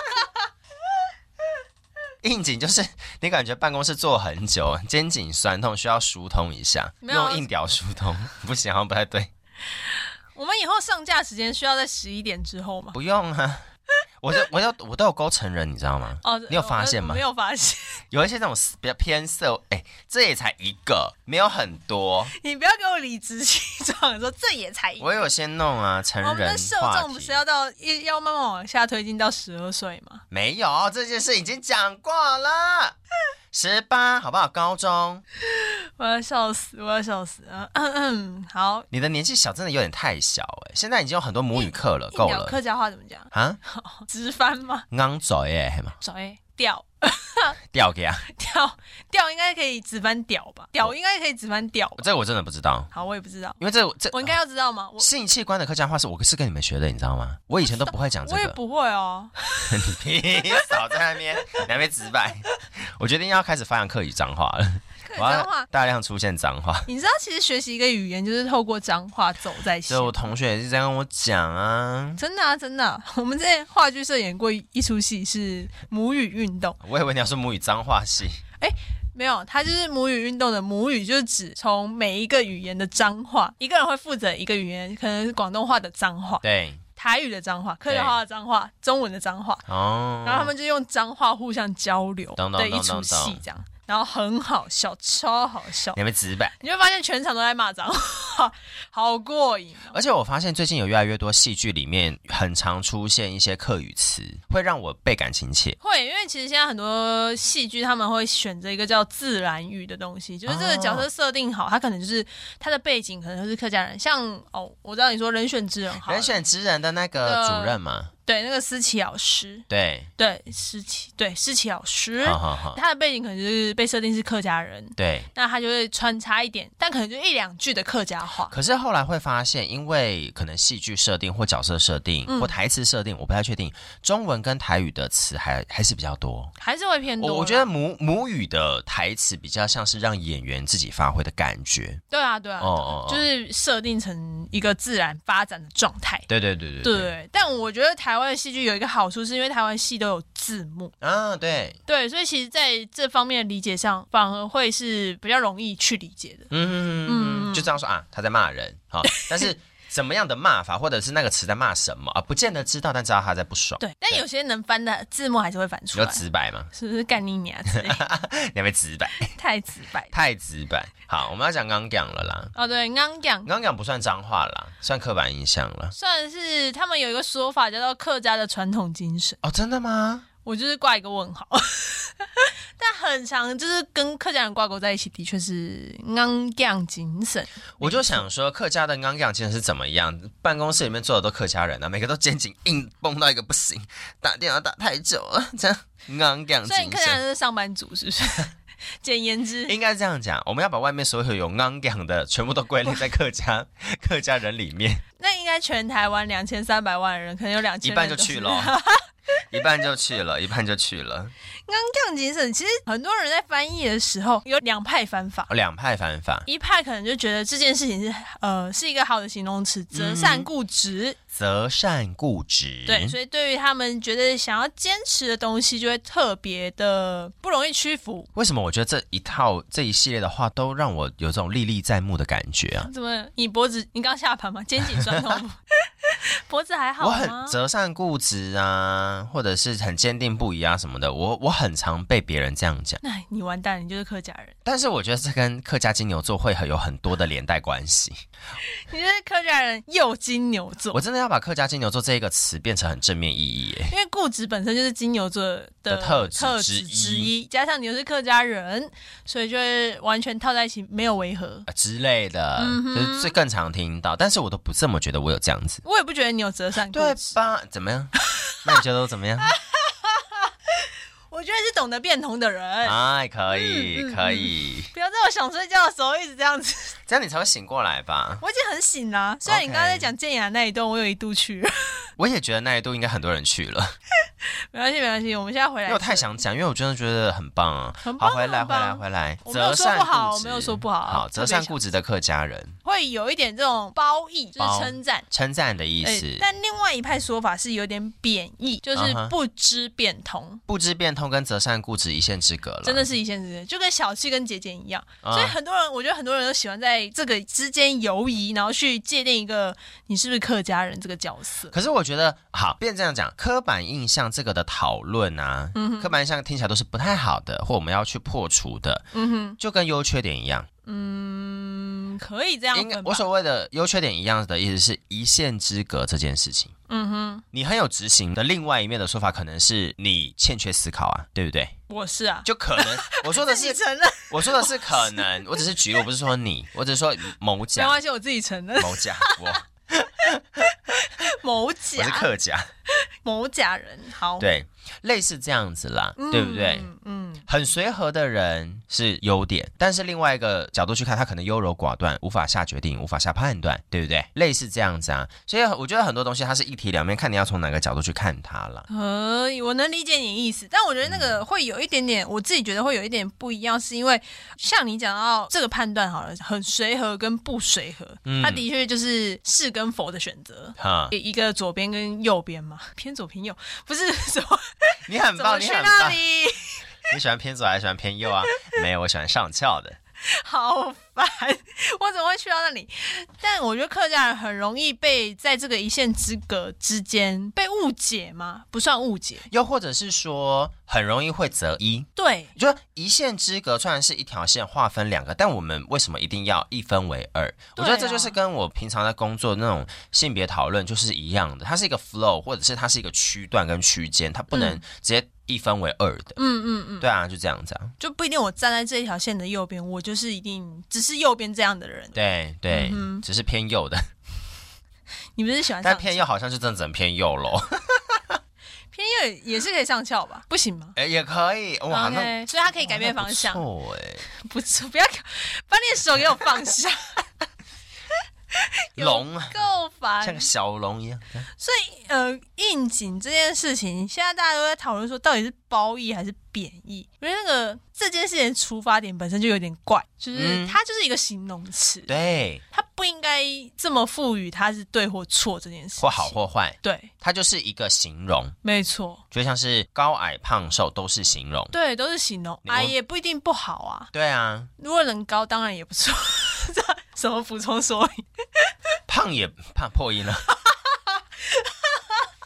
A: 應景就是你感覺辦公室坐很久，肩頸痠痛，需要疏通一下，用硬屌疏通，不行，好像不太對。
B: 我們以後上架時間需要在十一點之後嗎？
A: 不用啊。我就我有我都有勾成人，你知道嗎？哦，你有發現嗎？
B: 沒有發現，
A: 有一些那種比較偏色，哎，這也才一個，沒有很多。
B: 你不要給我理直氣壯的說，這也才一個。
A: 我有先弄啊，成人話題。我們的
B: 受眾不是要到要慢慢往下推進到十二歲嗎？
A: 沒有，這件事已經講過了。十八，好不好？高中，
B: 我要笑死，我要笑死啊！嗯嗯，好，
A: 你的年紀小，真的有點太小哎。現在已經有很多母語課了，夠了。
B: 客家話怎麼講
A: 啊？
B: 直翻嗎？
A: 啱嘴耶，係嘛？
B: 嘴掉
A: 掉嘅啊？
B: 掉掉應該可以直翻屌吧？屌應該可以直翻屌吧？
A: 這個我真的不知道。
B: 好，我也不知道，
A: 因為這這
B: 我應該要知道嗎？
A: 性器官的客家話是我是跟你們學的，你知道嗎？我以前都不會講這個。
B: 我也不會哦。
A: 你屁少在那邊，你還沒直白。我決定要開始發揚客語髒話了。我要大量出現髒話。
B: 你知道，其實學習一個語言就是透過髒話走在前。
A: 所以我同學也是這樣跟我講啊。
B: 真的啊，真的啊。我們之前話劇社演過一出戲是母語運動。
A: 我以為你要說母語髒話戲。
B: 哎，沒有，它就是母語運動的母語，就是指從每一個語言的髒話，一個人會負責一個語言，可能是廣東話的髒話。
A: 對。
B: 台語的髒話、客家話的髒話、中文的髒話，哦，然後他們就用髒話互相交流的一出戲，這樣，然後很好笑，超好笑。
A: 你們直白，
B: 你會發現全場都在罵髒話，好過癮、哦。
A: 而且我發現最近有越來越多戲劇裡面很常出現一些客語詞，會讓我倍感親切。
B: 會，因為其實現在很多戲劇他們會選擇一個叫自然語的東西，就是這個角色設定好，他可能就是他的背景可能是客家人，像哦，我知道你說人選之人好，
A: 人選之人的那個主任嘛。
B: 對，那個思琪老師，
A: 對
B: 對，思琪，對，思琪老師，
A: 好好好，
B: 他的背景可能就是被設定是客家人，
A: 對，
B: 那他就會穿插一點，但可能就一兩句的客家話。
A: 可是後來會發現，因為可能戲劇設定或角色設定、嗯、或台詞設定，我不太確定，中文跟台語的詞還還是比較多，
B: 還是會偏多。
A: 我我覺得母母語的台詞比較像是讓演員自己發揮的感覺。
B: 對啊，對啊，對啊哦哦，就是設定成一個自然發展的狀態。
A: 對對對對
B: 對對。但我覺得台灣的戲劇有一個好處，是因為台灣戲都有字幕
A: 啊，對
B: 對，所以其實在這方面的理解上，反而會是比較容易去理解的。
A: 嗯嗯嗯，就這樣說啊，他在罵人，好，但是怎麼樣的罵法，或者是那個詞在罵什麼啊，不見得知道，但知道他在不爽。
B: 對，但有些能翻的字幕還是會翻出來。
A: 有直白嗎？
B: 是不是幹你娘之類的？
A: 你還沒直白？
B: 太直白，
A: 太直白。好，我們要講剛講了啦。
B: 哦，對，剛講，
A: 剛講不算髒話啦，算刻板印象了。
B: 算是他們有一個說法叫做客家的傳統精神。
A: 哦，真的嗎？
B: 我就是掛一個問號。但很常就是跟客家人挂钩在一起，的确是昂扬精神。
A: 我就想说，客家的昂扬精神是怎么样？办公室里面坐的都客家人啊，每个都肩颈硬绷到一个不行，打电话打太久了，这样昂扬精神。
B: 所以客家人是上班族，是不是？简言之，
A: 应该这样讲，我们要把外面所有有昂扬的全部都归类在客家客家人里面。
B: 那应该全台湾两千三百万人，可能有两千，
A: 一半就去了。一半就去了，一半就去了。
B: 刚刚精神，其实很多人在翻译的时候有两派翻法，
A: 两派翻法，
B: 一派可能就觉得这件事情是呃是一个好的形容词，择善固执，
A: 择善固执。
B: 对，所以对于他们觉得想要坚持的东西，就会特别的不容易屈服。
A: 为什么我觉得这一套这一系列的话，都让我有这种历历在目的感觉啊？
B: 怎么？你脖子你刚下盘吗？肩颈酸痛？脖子还好吗？
A: 我很择善固执啊，或者是很坚定不移啊什么的，我我很常被别人这样讲。
B: 那你完蛋，你就是客家人。
A: 但是我觉得这跟客家金牛座会有很多的连带关系。
B: 你就是客家人又金牛座，
A: 我真的要把客家金牛座这一个词变成很正面意义耶。
B: 因为固执本身就是金牛座 的,
A: 的特质
B: 特质之一，加上你又是客家人，所以就会完全套在一起，没有违和、
A: 啊、之类的，嗯、就是最更常听到。但是我都不这么觉得，我有这样子，
B: 我也不觉得你有择善固执，
A: 对吧？怎么样？那你觉得我怎么样？
B: 我觉得是懂得变通的人。
A: 哎，可以、嗯嗯、可以，
B: 不要在我想睡觉的时候一直这样子，
A: 这样你才会醒过来吧。
B: 我已经很醒了、啊，虽然你刚刚在讲建雅那一段，我有一度去了，
A: 我也觉得那一度应该很多人去了。
B: 没关系没关系，我们现在回来。
A: 因为我太想讲，因为我真的觉得很棒啊，
B: 很棒，
A: 好，回来回来回来。
B: 我没有说不好，我没有说不好。
A: 好，择善固执的客家人
B: 会有一点这种褒义，就是称赞
A: 称赞的意思、欸。
B: 但另外一派说法是有点贬义，就是不知变通。Uh-huh.
A: 不知变通跟择善固执一线之隔了，
B: 真的是一线之隔，就跟小气跟节俭一样。Uh-huh. 所以很多人，我觉得很多人都喜欢在这个之间游移，然后去界定一个你是不是客家人这个角色。
A: 可是我觉得，好，变这样讲，刻板印象这个的讨论啊，嗯、刻板印象听起来都是不太好的，或我们要去破除的，嗯哼，就跟优缺点一样。
B: 嗯，可以这样分吧。
A: 我所谓的优缺点一样的意思是一线之隔这件事情。嗯哼，你很有执行的另外一面的说法，可能是你欠缺思考啊，对不对？
B: 我是啊，
A: 就可能我说的是
B: 承认，
A: 我说的是可能，我只是举例，我不是说你，我只是说某甲，
B: 没关系，我自己承认。
A: 某甲，我
B: 某甲，
A: 我是客家，
B: 某甲人，好，
A: 对，类似这样子啦，嗯、对不对？嗯，很随和的人是优点，但是另外一个角度去看，他可能优柔寡断，无法下决定，无法下判断，对不对？类似这样子啊，所以我觉得很多东西它是一体两面，看你要从哪个角度去看它啦。
B: 可以，我能理解你的意思，但我觉得那个会有一点点，嗯、我自己觉得会有一点不一样，是因为像你讲到这个判断好了，很随和跟不随和，嗯、它的确就是是跟否的选择，嗯、一个左边跟右边嘛，偏左偏右，不是什么？
A: 你很棒，你很棒。你喜欢偏左还是喜欢偏右啊？没有，我喜欢上翘的。
B: 好烦，我怎么会去到那里？但我觉得客家人很容易被在这个一线之隔之间被误解吗？不算误解，
A: 又或者是说很容易会择一。
B: 对，
A: 就一线之隔虽然是一条线划分两个，但我们为什么一定要一分为二？我觉得这就是跟我平常在工作那种性别讨论就是一样的，它是一个 flow， 或者是它是一个区段跟区间，它不能直接一分为二的。嗯嗯嗯，对啊，就这样子啊，
B: 就不一定我站在这一条线的右边，我就是一定只是右边这样的人。
A: 对对、嗯，只是偏右的。
B: 你不是喜欢上翘？
A: 但偏右好像就真的只能偏右咯。
B: 偏右也是可以上翘吧？不行吗？
A: 哎、欸，也可以哇，
B: okay, 所以它可以改变方向。
A: 不错哎，
B: 不错，不要把你的手给我放下。
A: 龙
B: 够烦，
A: 像个小龙一样。
B: 所以呃，应景这件事情，现在大家都在讨论说，到底是褒义还是贬义？因为那个这件事情的出发点本身就有点怪，就是它就是一个形容词，
A: 嗯、对，
B: 它不应该这么赋予它是对或错这件事情，
A: 或好或坏，
B: 对，
A: 它就是一个形容，
B: 没错，
A: 就像是高矮胖瘦都是形容，
B: 对，都是形容，矮也不一定不好啊，
A: 对啊，
B: 如果人高当然也不错。什么补充说明？
A: 胖也胖破音了。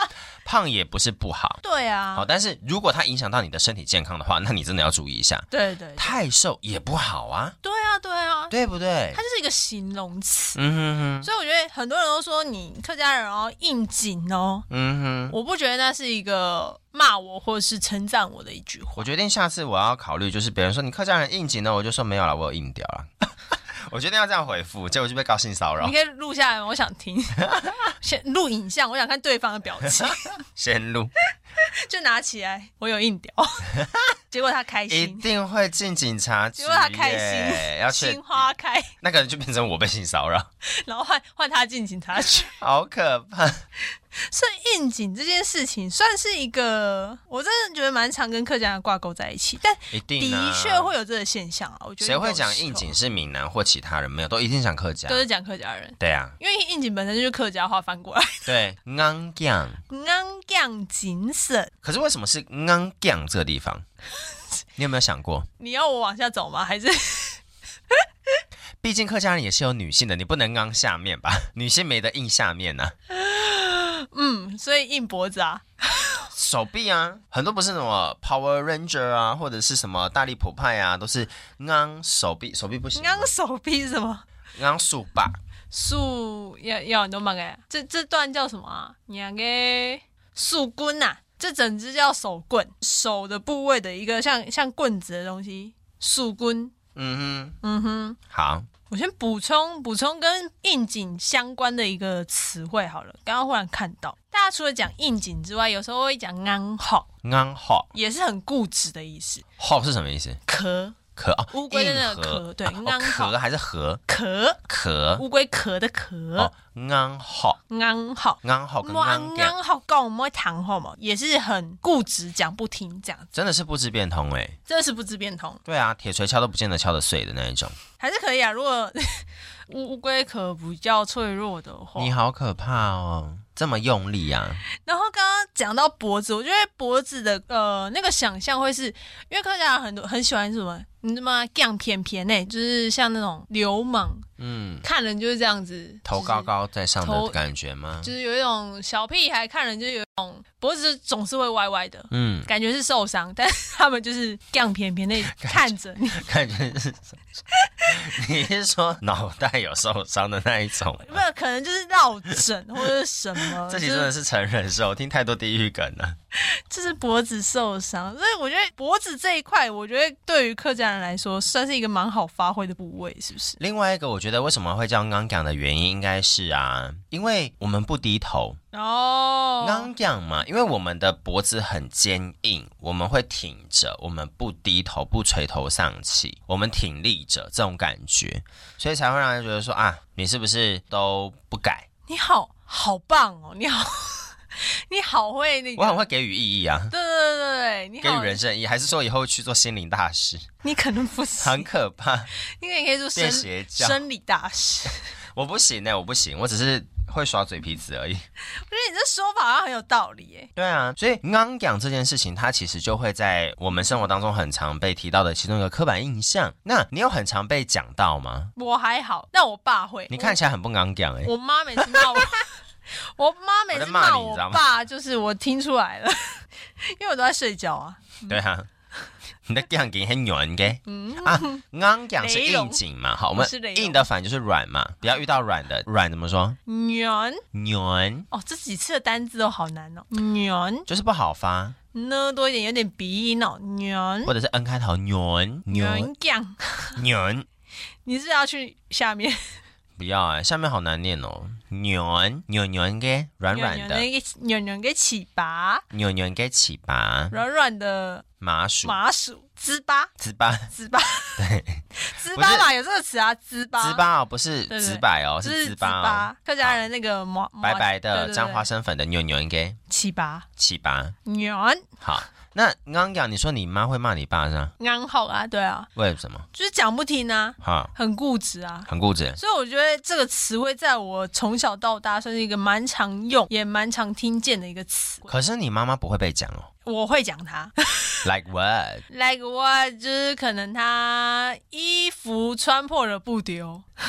A: 胖也不是不好，
B: 对啊，
A: 好，但是如果它影响到你的身体健康的话，那你真的要注意一下。
B: 对 对, 对，
A: 太瘦也不好啊，
B: 对啊对啊，
A: 对不对？
B: 它就是一个形容词。
A: 嗯哼哼，
B: 所以我觉得很多人都说你客家人哦应景哦，
A: 嗯哼，
B: 我不觉得那是一个骂我或者是称赞我的一句话。
A: 我决定下次我要考虑，就是别人说你客家人应景呢，我就说没有了，我有硬掉了。我决定要这样回复，结果就被高性骚扰。
B: 你可以录下来吗？我想听，先录影像，我想看对方的表情。
A: 先录，
B: 就拿起来，我有硬屌，结果他开心，
A: 一定会进警察局。
B: 结果他开心，
A: 要去
B: 心花开，
A: 那个人就变成我被性骚扰，
B: 然后换换他进警察局，
A: 好可怕。
B: 所以应景这件事情算是一个，我真的觉得蛮常跟客家人挂钩在一起，但
A: 一定、啊、
B: 的确会有这个现象啊。我觉得
A: 谁会讲应景是闽南或其他人？没有，都一定讲客家，
B: 都是讲客家人。
A: 对啊，
B: 因为应景本身就是客家话翻过来。
A: 对，昂酱，
B: 昂酱景神。
A: 可是为什么是昂酱这个地方？你有没有想过？
B: 你要我往下走吗？还是？
A: 毕竟客家人也是有女性的，你不能昂下面吧？女性没得硬下面啊。
B: 嗯，所以硬脖子啊，
A: 手臂啊，很多不是什么 Power Ranger 啊，或者是什么大力普派啊，都是昂手臂，手臂不行。
B: 昂手臂是什么？
A: 昂手把，
B: 树要要你都骂个，这这段叫什么啊？你那个树棍呐，这整只叫手棍，手的部位的一个像像棍子的东西，树棍。
A: 嗯哼，
B: 嗯哼，
A: 好。
B: 我先补充补充跟应景相关的一个词汇好了。刚刚忽然看到，大家除了讲应景之外，有时候会讲昂好，
A: 昂好
B: 也是很固执的意思。
A: 好是什么意思？
B: 壳
A: 壳哦，
B: 乌龟的那个壳，对，
A: 昂好、哦、壳还是河？
B: 壳
A: 壳，
B: 乌龟壳的壳。
A: 哦，昂好，
B: 昂好，
A: 昂好跟昂
B: 昂好讲我们会谈好嘛，也是很固执，讲不听这样子，
A: 真的是不知变通哎，
B: 真的是不知变通。
A: 对啊，铁锤敲都不见得敲得碎的那一种。
B: 还是可以啊，如果乌龟壳比较脆弱的话。
A: 你好可怕哦，这么用力啊！
B: 然后刚刚讲到脖子，我觉得脖子的呃那个想象会是，因为客家人很多很喜欢什么，你他妈干偏偏呢，就是像那种流氓，嗯，看人就是这样子，
A: 头高高在上的感觉吗？
B: 就是有一种小屁孩看人就是有一种脖子总是会歪歪的，嗯，感觉是受伤，但他们就是干偏偏那看着你，
A: 感觉是。你是说脑袋有受伤的那一种？
B: 没有，可能就是落枕或者是什么。
A: 这集真的是成人秀，听太多地狱梗了。
B: 就是脖子受伤，所以我觉得脖子这一块，我觉得对于客家人来说，算是一个蛮好发挥的部位，是不是？
A: 另外一个，我觉得为什么会叫昂讲的原因，应该是啊，因为我们不低头。
B: 哦，
A: 昂讲嘛，因为我们的脖子很坚硬，我们会挺着，我们不低头，不垂头丧气，我们挺立着，这种感觉，所以才会让人觉得说啊，你是不是都不改？
B: 你好好棒哦，你好。你好会那个，
A: 我很会给予意义啊！
B: 对对对对，你
A: 给予人生意义，还是说以后去做心灵大师？
B: 你可能不行，
A: 很可怕。
B: 你可以可以做生
A: 邪教
B: 生理大师。
A: 我不行哎、欸，我不行，我只是会耍嘴皮子而已。我
B: 觉得你这说法好像很有道理哎。
A: 对啊，所以昂讲这件事情，它其实就会在我们生活当中很常被提到的其中一个刻板印象。那你有很常被讲到吗？
B: 我还好，但我爸会。
A: 你看起来很不昂讲哎。
B: 我妈每次骂我。我妈每次骂我爸，就是我听出来了，因为我都在睡觉啊。
A: 对啊，你的讲劲很软嘅，嗯啊，昂讲是硬劲嘛，好，我们硬的反就是软嘛，不要遇到软的，软怎么说？
B: 软
A: 软
B: 哦，这几次的单字都好难哦，软
A: 就是不好发，
B: 呢多一点，有点鼻音哦，软
A: 或者是 n 开头，软
B: 软讲
A: 软，
B: 你是要去下面？
A: 不要啊、欸，下面好难念哦。软软软嘅，软软的，
B: 软软嘅起拔，
A: 软软嘅起拔，
B: 软软的
A: 麻薯，
B: 麻薯，糍粑，
A: 糍粑，
B: 糍粑，
A: 对，
B: 糍粑嘛，有这个词啊，糍粑，
A: 糍粑哦，不是糍粑哦，是糍粑哦，
B: 客家人那个麻
A: 白白的沾花生粉的软软嘅
B: 起拔，
A: 起拔，
B: 软
A: 好。那刚刚你说你妈会骂你爸是吗？
B: 刚好啊，对啊。
A: 为什么？
B: 就是讲不听啊，
A: 哈，
B: 很固执啊，
A: 很固执。
B: 所以我觉得这个词汇在我从小到大算是一个蛮常用，也蛮常听见的一个词。
A: 可是你妈妈不会被讲哦。
B: 我会讲它。
A: Like what?
B: Like what? 就是可能他衣服穿破了不丢。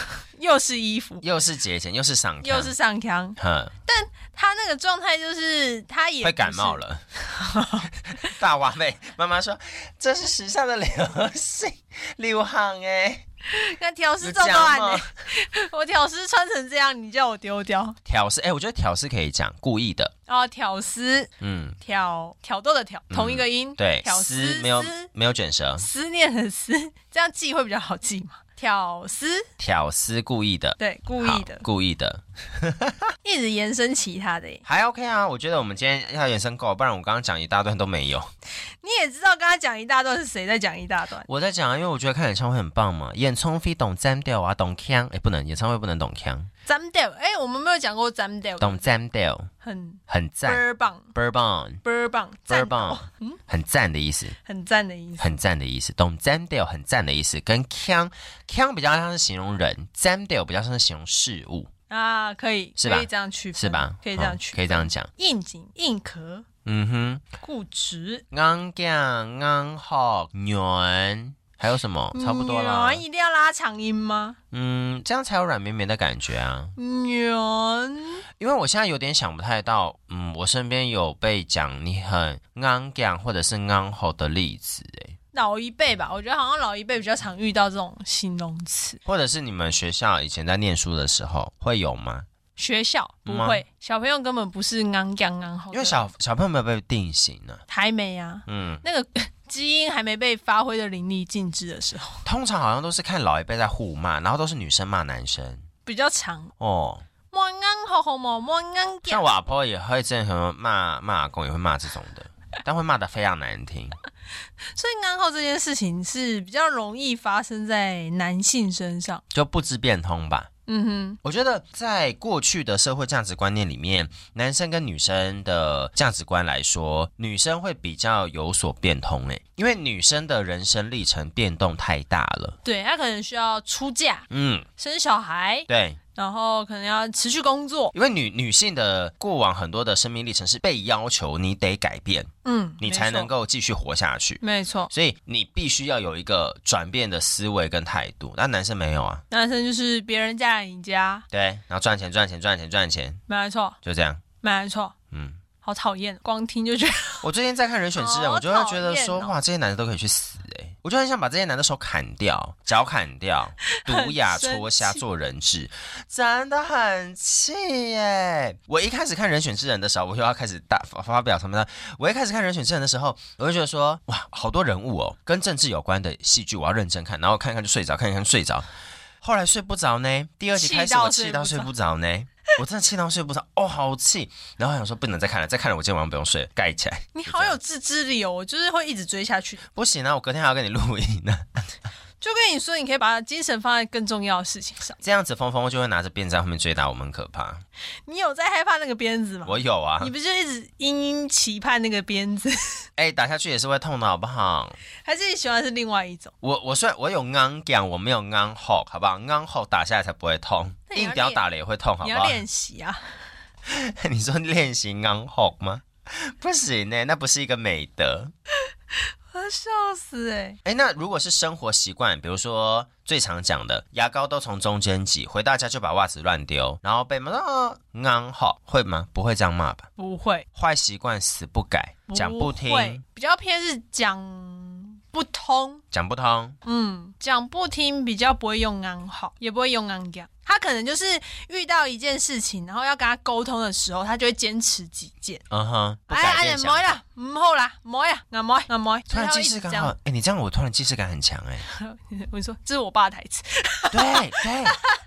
B: 又是衣服，
A: 又是节俭，又是上腔，
B: 又是上腔。
A: 哼，
B: 但他那个状态就是他也
A: 会感冒了。大娃妹，妈妈说这是时尚的流行流行哎。
B: 那挑丝照到案呢？我挑丝穿成这样，你叫我丢掉？
A: 挑丝，哎、欸，我觉得挑丝可以讲故意的
B: 哦，挑丝，嗯，挑挑逗的挑，同一个音，
A: 嗯、对，
B: 挑
A: 丝没有没有卷舌，
B: 思念的思，这样记会比较好记嘛。挑丝，
A: 挑丝故意的，
B: 对，故意的，
A: 故意的，
B: 一直延伸其他的耶，
A: 还 OK 啊。我觉得我们今天要延伸够，不然我刚刚讲一大段都没有。
B: 你也知道刚刚讲一大段是谁在讲一大段？
A: 我在讲，因为我觉得看演唱会很棒嘛，演唱会懂占掉啊，懂腔，哎，不能，演唱会不能懂腔。
B: 占掉，哎，我们没有讲过占掉，
A: 懂占掉，
B: 很
A: 很赞，
B: 倍儿棒，
A: 倍儿棒，
B: 倍儿棒，
A: 倍儿棒，嗯，很赞的意思，
B: 很赞的意思，
A: 很赞的意思，懂占掉很赞的意思，跟腔腔比较像是形容人，占掉比较像是形容事物
B: 啊，可以，
A: 是吧？
B: 可以这样区分，
A: 是吧？
B: 可以这样区分，
A: 可以这样讲，
B: 硬颈、硬壳，
A: 嗯哼，
B: 固执、
A: 硬颈、硬壳、软。还有什么？差不多啦。
B: 软一定要拉长音吗？
A: 嗯，这样才有软绵绵的感觉啊。
B: 软，
A: 因为我现在有点想不太到，嗯，我身边有被讲你很硬讲或者是硬后的例子，哎，
B: 老一辈吧，我觉得好像老一辈比较常遇到这种形容词，
A: 或者是你们学校以前在念书的时候会有吗？
B: 学校不会，小朋友根本不是硬讲硬后，
A: 因为小小朋友没有被定型呢、啊，
B: 还没啊，嗯，那个。基因还没被发挥的淋漓尽致的时候，
A: 通常好像都是看老一辈在互骂，然后都是女生骂男生，
B: 比较长
A: 哦。
B: 莫硬好好嘛，莫硬
A: 像我阿婆也会这样骂骂阿公，也会骂这种的，但会骂得非常难听。
B: 所以硬后这件事情是比较容易发生在男性身上，
A: 就不知变通吧。嗯哼，我觉得在过去的社会价值观念里面，男生跟女生的价值观来说，女生会比较有所变通诶，因为女生的人生历程变动太大了。
B: 对，她可能需要出嫁，嗯，生小孩，
A: 对。
B: 然后可能要持续工作，
A: 因为女女性的过往很多的生命历程是被要求你得改变，嗯，你才能够继续活下去，
B: 没错。
A: 所以你必须要有一个转变的思维跟态度。那男生没有啊，
B: 男生就是别人家来你家，
A: 对，然后赚钱赚钱赚钱赚钱，
B: 没错，
A: 就这样，
B: 没错，嗯，好讨厌，光听就觉得。
A: 我最近在看《人选之人》，我就会觉得说，哇，这些男的都可以去死哎、欸！我就很想把这些男的手砍掉，脚砍掉，毒牙戳瞎做人质，真的很气耶！我一开始看《人选之人》的时候，我就要开始大发表什么呢？我一开始看《人选之人》的时候，我就觉得说，哇，好多人物哦，跟政治有关的戏剧，我要认真看，然后看一看就睡着，看一看就睡着。后来睡不着呢，第二集开始我气到睡不着呢。我真的气到睡不着，哦，好气！然后想说不能再看了，再看了我今天晚上不用睡了，盖起来。
B: 你好有自制力哦，我就是会一直追下去。
A: 不行啊，我隔天还要跟你录音呢。
B: 就跟你说，你可以把精神放在更重要的事情上。
A: 这样子，峰峰就会拿着鞭子在后面追打我们，很可怕。
B: 你有在害怕那个鞭子吗？
A: 我有啊。
B: 你不就一直殷殷期盼那个鞭子？
A: 哎、欸，打下去也是会痛的，好不好？
B: 还是你喜欢的是另外一种？
A: 我我虽然我有硬讲，我没有硬吼，好不好？硬吼打下来才不会痛，硬屌打了也会痛，好不好？
B: 你要练习啊！
A: 你说练习硬吼吗？不行呢、欸，那不是一个美德。
B: 我要笑死哎、欸！
A: 哎，那如果是生活习惯，比如说最常讲的牙膏都从中间挤，回到家就把袜子乱丢，然后被骂啊硬吼，会吗？不会这样骂吧？
B: 不会。
A: 坏习惯死不改，讲不听，
B: 不比较偏是讲不通，
A: 讲不通。
B: 嗯，讲不听比较不会用硬吼，也不会用硬讲。他可能就是遇到一件事情，然后要跟他沟通的时候，他就会坚持己见。嗯哼，不改变想法。哎，啦，唔好啦，唔好呀，唔好，唔好。
A: 突然既视感好，哎、欸，你这样我突然既视感很强哎、
B: 欸。我跟你说，这是我爸的台词。
A: 对对，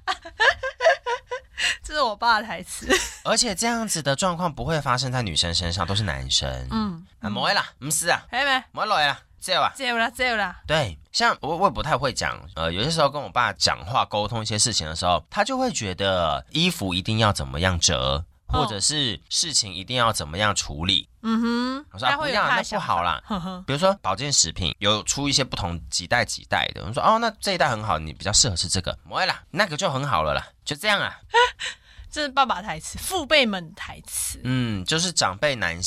B: 这是我爸的台词。
A: 而且这样子的状况不会发生在女生身上，都是男生。嗯，啊，唔会啦，唔是啊，
B: 系咩？
A: 唔会来啦。这样吧，
B: 这样啦，这样啦。
A: 对，像我我也不太会讲，呃，有些时候跟我爸讲话沟通一些事情的时候，他就会觉得衣服一定要怎么样折，或者是事情一定要怎么样处理。嗯哼，我说啊，不要，那不好啦。比如说保健食品有出一些不同几代几代的，我说哦，那这一代很好，你比较适合吃这个，不会啦，那个就很好了啦，就这样啊。
B: 这是爸爸台词，父辈们台词。
A: 嗯，就是长辈男性。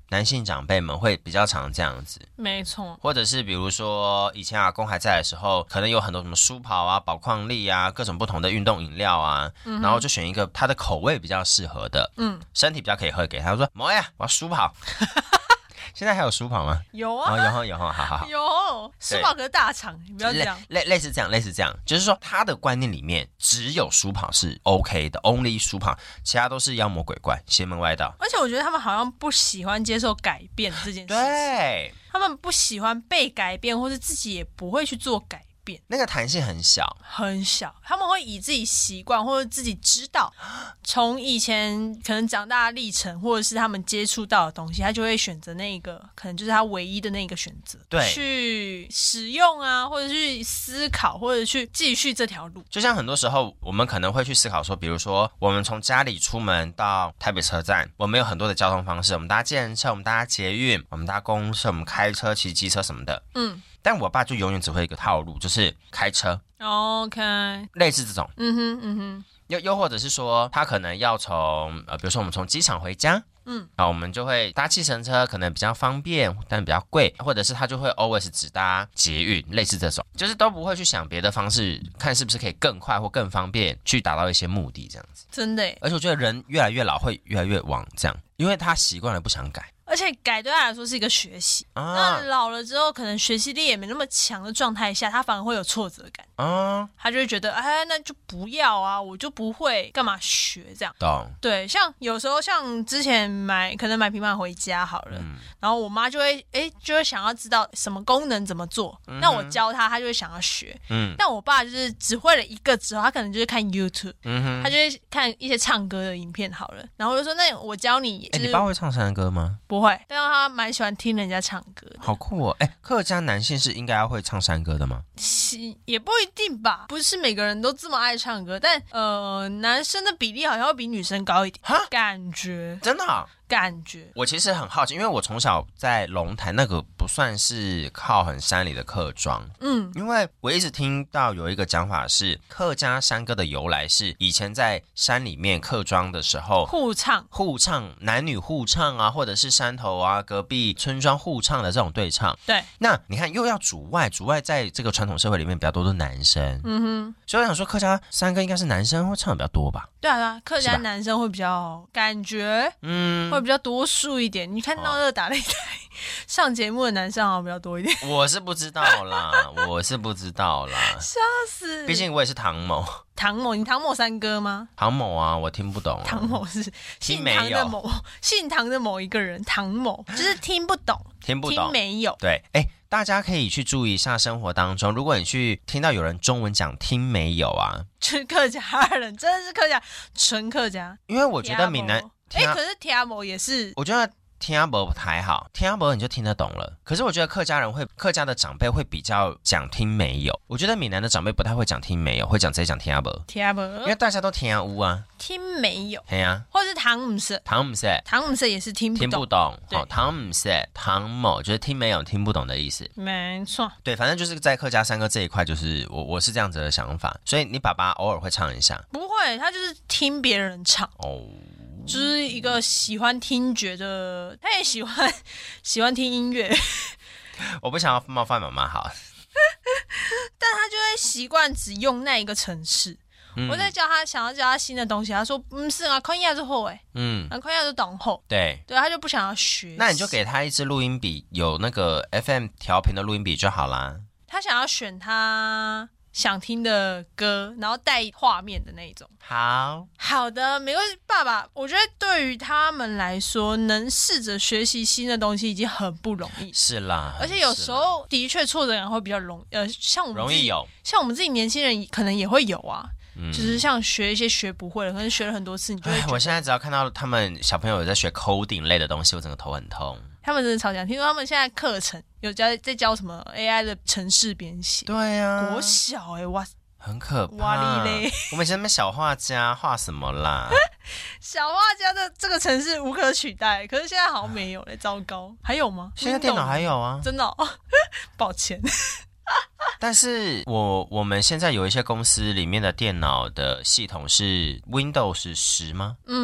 A: 男性长辈们会比较常这样子，
B: 没错，
A: 或者是比如说以前阿公还在的时候，可能有很多什么舒跑啊、宝矿力啊，各种不同的运动饮料啊，嗯、然后就选一个他的口味比较适合的，嗯，身体比较可以喝给他，说某呀，我要舒跑。现在还有舒跑吗？
B: 有啊，
A: 哦、有有有，好好好，
B: 有舒跑可是大厂，你不要这样，
A: 类类似这样，类似这样，就是说他的观念里面只有舒跑是 OK 的 ，only 舒跑，其他都是妖魔鬼怪、邪门歪道。
B: 而且我觉得他们好像不喜欢接受改变这件事情，
A: 对，
B: 他们不喜欢被改变，或是自己也不会去做改变。
A: 那个弹性很小，
B: 很小，他们会以自己习惯或者自己知道，从以前可能长大的历程，或者是他们接触到的东西，他就会选择那个，可能就是他唯一的那个选择，
A: 对，
B: 去使用啊，或者去思考，或者去继续这条路。
A: 就像很多时候，我们可能会去思考说，比如说我们从家里出门到台北车站，我们有很多的交通方式，我们搭计程车，我们搭捷运，我们搭公车，我们开车、骑机车什么的，嗯。但我爸就永远只会一个套路，就是开车
B: ，OK，
A: 类似这种，
B: 嗯哼嗯哼，
A: 又又或者是说，他可能要从呃，比如说我们从机场回家，嗯，啊，我们就会搭计程车，可能比较方便，但比较贵，或者是他就会 always 只搭捷运，类似这种，就是都不会去想别的方式，看是不是可以更快或更方便去达到一些目的，这样子。
B: 真的耶，
A: 而且我觉得人越来越老，会越来越往这样，因为他习惯了不想改。
B: 而且改对他来说是一个学习，啊、那老了之后，可能学习力也没那么强的状态下，他反而会有挫折感，啊、他就会觉得，哎，那就不要啊，我就不会，干嘛学这样？
A: 懂？对，
B: 像有时候像之前买，可能买平板回家好了，嗯、然后我妈就会，哎，就会想要知道什么功能怎么做，嗯、那我教他，他就会想要学，嗯，但我爸就是只会了一个之后，他可能就是看 YouTube，嗯、他就会看一些唱歌的影片好了，然后我就说，那我教你，
A: 哎、就是，你爸会唱山歌吗？
B: 不会，但是他蛮喜欢听人家唱歌的。
A: 好酷哦！哎，客家男性是应该要会唱山歌的吗？
B: 也不一定吧，不是每个人都这么爱唱歌，但呃，男生的比例好像会比女生高一点，感觉
A: 真的、啊。
B: 感觉
A: 我其实很好奇，因为我从小在龙潭那个不算是靠很山里的客庄，嗯，因为我一直听到有一个讲法是客家山歌的由来是以前在山里面客庄的时候
B: 互唱
A: 互唱男女互唱啊，或者是山头啊隔壁村庄互唱的这种对唱，
B: 对，
A: 那你看又要主外，主外在这个传统社会里面比较多的男生，嗯哼，所以我想说客家山歌应该是男生会唱的比较多吧？
B: 对啊对啊，客家男生会比较感觉，嗯，会比较多数一点。你看到那个打擂台、哦、上节目的男生好像比较多一点。
A: 我是不知道啦，我是不知道啦，
B: 笑死！
A: 毕竟我也是唐某。
B: 唐某，你唐某三哥吗？
A: 唐某啊，我听不懂、啊。
B: 唐某是姓唐的某，姓唐的某一个人，唐某就是听不懂，
A: 听不懂，
B: 听没有。
A: 对，哎，大家可以去注意一下生活当中，如果你去听到有人中文讲听没有啊，
B: 是客家人，真的是客家，纯客家。
A: 因为我觉得闽南，
B: 哎，可是听某也是，
A: 我觉得。听不还好，听不你就听得懂了。可是我觉得客家人会，客家的长辈会比较讲听没有。我觉得闽南的长辈不太会讲听没有，会讲直接讲听不。
B: 听不，
A: 因为大家都听无啊。
B: 听没有。
A: 对啊。
B: 或是唐唔是。
A: 唐唔是。
B: 唐唔是也是听不懂。
A: 听不懂。哦，唐唔是，唐某就是听没有、听不懂的意思。
B: 没错。对，
A: 反正就是在客家山歌这一块，就是我我是这样子的想法。所以你爸爸偶尔会唱一下。
B: 不会，他就是听别人唱。哦。就是一个喜欢听觉的，他也喜欢喜欢听音乐。
A: 我不想要冒犯妈妈好，
B: 但他就会习惯只用那一个城市。嗯、我在教他，想要教他新的东西，他说不是啊，看一下就好哎，嗯，看一下就懂后，
A: 对
B: 对，他就不想要学。
A: 那你就给他一支录音笔，有那个 F M 调频的录音笔就好啦。
B: 他想要选他想听的歌，然后带画面的那一种。
A: 好
B: 好的，没关系，爸爸，我觉得对于他们来说，能试着学习新的东西已经很不容易。
A: 是啦，
B: 而且有时候的确挫折感会比较容易，呃，像我们
A: 容易有，
B: 像我们自己年轻人可能也会有啊。嗯、就是像学一些学不会的，可能学了很多次，你就会。
A: 我现在只要看到他们小朋友有在学 coding 类的东西，我整个头很痛。
B: 他们真的超强，听说他们现在课程有教在教什么 A I 的程式编写。
A: 对啊，
B: 国小哎、欸，哇，
A: 很可怕。
B: 哇哩嘞！
A: 我们以前那边小画家画什么啦？
B: 小画家的这个程式无可取代，可是现在好像没有嘞，糟糕。还有吗？
A: 现在电脑还有啊？
B: 真的、哦？抱歉。
A: 但是我我们现在有一些公司里面的电脑的系统是 Windows 十吗？嗯。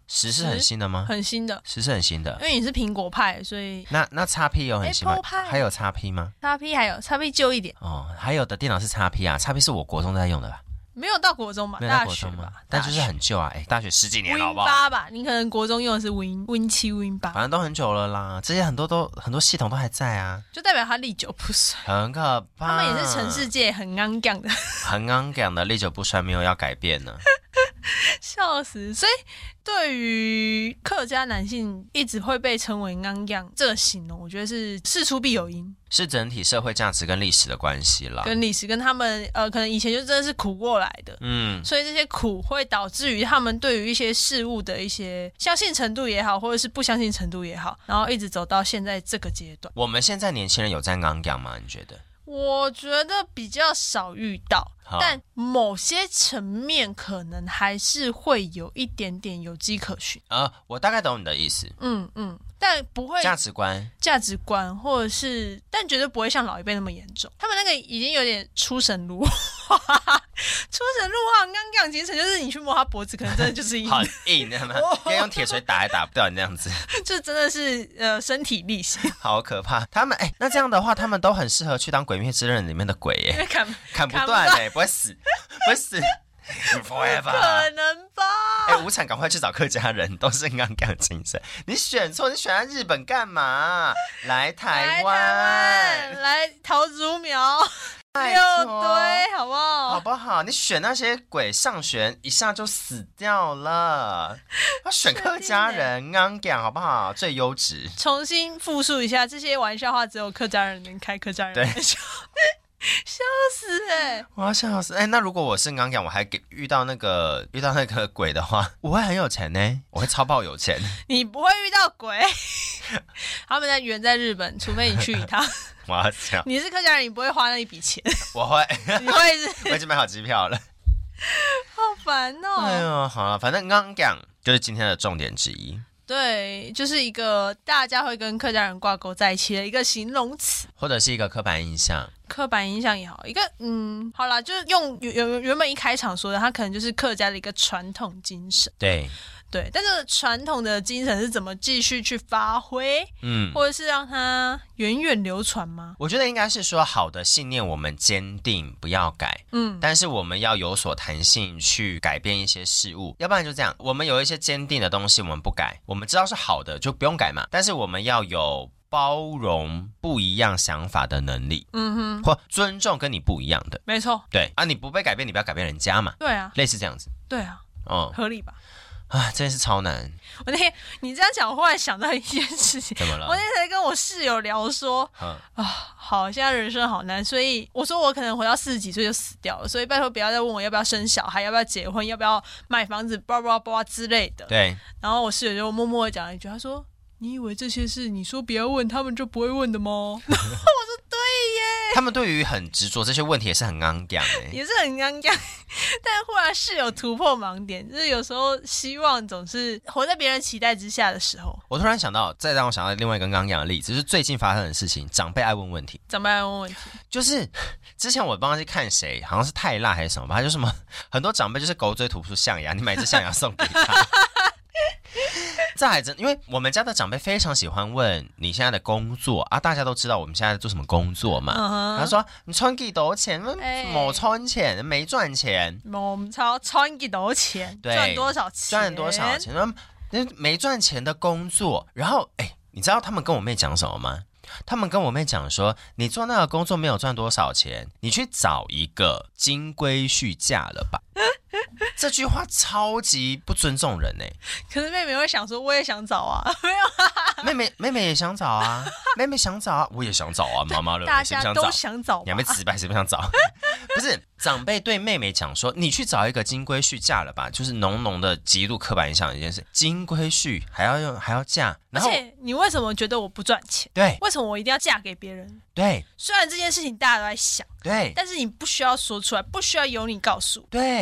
A: 十是很新的吗？
B: 很新的，
A: 十是很新的，
B: 因为你是苹果派，所以
A: 那那 X P 有很新吗？
B: 派
A: 还有 X P 吗
B: ？X P 还有 X P 旧一点
A: 哦，还有的电脑是 X P 啊 ，X P 是我国中在用的吧？
B: 没有到国中吧？
A: 没有到国中
B: 吧？
A: 但就是很旧啊，哎，大学十几年了，好不好
B: ？Win 八吧，你可能国中用的是 Win Win 七 Win 八，
A: 反正都很久了啦。这些很多都很多系统都还在啊，
B: 就代表它历久不衰。
A: 很可怕。
B: 他们也是全世界很刚强的，
A: 很刚强的，历久不衰，没有要改变呢。
B: 笑死！所以对于客家男性一直会被称为刚强这个形容，我觉得是事出必有因，
A: 是整体社会价值跟历史的关系啦，
B: 跟历史跟他们呃，可能以前就真的是苦过来的，嗯，所以这些苦会导致于他们对于一些事物的一些相信程度也好，或者是不相信程度也好，然后一直走到现在这个阶段。
A: 我们现在年轻人有在刚强吗？你觉得？
B: 我觉得比较少遇到，但某些层面可能还是会有一点点有迹可循。
A: 呃，我大概懂你的意思。嗯
B: 嗯，但不会
A: 价值观、
B: 价值观，或者是，但绝对不会像老一辈那么严重。他们那个已经有点出神入化，出神入化，刚刚精神就是你去摸他脖子，可能真的就是硬，
A: 很硬，可以用铁锤打也打不掉你那样子，
B: 就真的是呃身体力行，
A: 好可怕。他们哎，那这样的话，他们都很适合去当《鬼灭之刃》里面的鬼耶，
B: 砍
A: 砍不断哎，不会死，不会死。Forever
B: 不可能吧？
A: 哎、欸，无产赶快去找客家人，都是刚刚精神。你选错，你选在日本干嘛？来台湾，
B: 来台湾，来桃竹苗六堆，好不好？
A: 好不好？你选那些鬼上旋一下就死掉了，要选客家人，刚讲好不好？最优质。
B: 重新复述一下，这些玩笑话只有客家人能开，客家人玩笑。笑死哎、欸！
A: 我要笑死哎、欸！那如果我是刚讲，我还给遇到那个遇到那个鬼的话，我会很有钱呢，我会超爆有钱。
B: 你不会遇到鬼，他们在远在日本，除非你去一趟。
A: 我要笑，
B: 你是客家人，你不会花那一笔钱。
A: 我会，
B: 你会是？
A: 我已经买好机票了。
B: 好烦哦！
A: 哎呦，好了，反正刚讲就是今天的重点之一。
B: 对，就是一个大家会跟客家人挂钩在一起的一个形容词，
A: 或者是一个刻板印象。
B: 刻板印象也好，一个嗯，好啦，就是用原原本一开场说的，它可能就是客家的一个传统精神。
A: 对。
B: 对，但是传统的精神是怎么继续去发挥，嗯，或者是让它源远流传吗？
A: 我觉得应该是说，好的信念我们坚定不要改，嗯，但是我们要有所弹性去改变一些事物，要不然就这样，我们有一些坚定的东西我们不改，我们知道是好的就不用改嘛，但是我们要有包容不一样想法的能力，嗯哼，或尊重跟你不一样的，
B: 没错，
A: 对啊，你不被改变，你不要改变人家嘛，
B: 对啊，
A: 类似这样子，
B: 对啊，嗯，合理吧？
A: 啊，这件事超难。
B: 我那天你这样讲，我忽然想到一件事情。
A: 怎么了？
B: 我那天才跟我室友聊说，啊、嗯，好，现在人生好难，所以我说我可能活到四十几岁就死掉了，所以拜托不要再问我要不要生小孩，要不要结婚，要不要买房子，叭叭叭之类的。
A: 对。
B: 然后我室友就默默的讲了一句，他说：“你以为这些事你说不要问，他们就不会问的吗？”然后我说：“对耶。”
A: 他们对于很执着这些问题也是很刚强哎，
B: 也是很刚强。但忽然是有突破盲点，就是有时候希望总是活在别人期待之下的时候。
A: 我突然想到，再让我想到另外一个刚强的例子，就是最近发生的事情，长辈爱问问题。
B: 长辈爱问问题，就是
A: 之前我不知道是看谁，好像是泰辣还是什么吧，他就什么很多长辈就是狗嘴吐不出象牙，你买只象牙送给他。这还真，因为我们家的长辈非常喜欢问你现在的工作啊，大家都知道我们现在在做什么工作嘛。Uh-huh. 他说你赚几多钱？没赚钱，没赚钱。
B: 我超赚几多钱？赚多少钱？
A: 赚多少钱？那没赚钱的工作，然后哎，你知道他们跟我妹讲什么吗？他们跟我妹讲说，你做那个工作没有赚多少钱，你去找一个金龟婿嫁了吧。这句话超级不尊重人哎！
B: 可是妹妹会想说，我也想找啊，没有啊？
A: 妹妹妹妹也想找啊，妹妹想找啊，我也想找啊，妈妈了，
B: 大家都想找，
A: 你还没直白，谁不想找？不是长辈对妹妹讲说，你去找一个金龟婿嫁了吧，就是浓浓的极度刻板印象的一件事。金龟婿还要用还要嫁，
B: 而且你为什么觉得我不赚钱？
A: 对，
B: 为什么我一定要嫁给别人？
A: 对，
B: 虽然这件事情大家都在想，
A: 对，
B: 但是你不需要说出来，不需要由你告诉。
A: 对。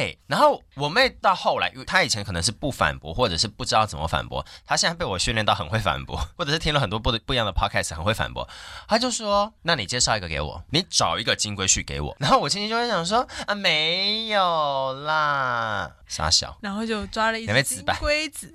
A: 对，然后我妹到后来，她以前可能是不反驳，或者是不知道怎么反驳，她现在被我训练到很会反驳，或者是听了很多不不一样的 podcast 很会反驳。她就说：“那你介绍一个给我，你找一个金龟婿给我。”然后我轻轻就会想说：“啊，没有啦，傻小。”
B: 然后就抓了一只金龟子。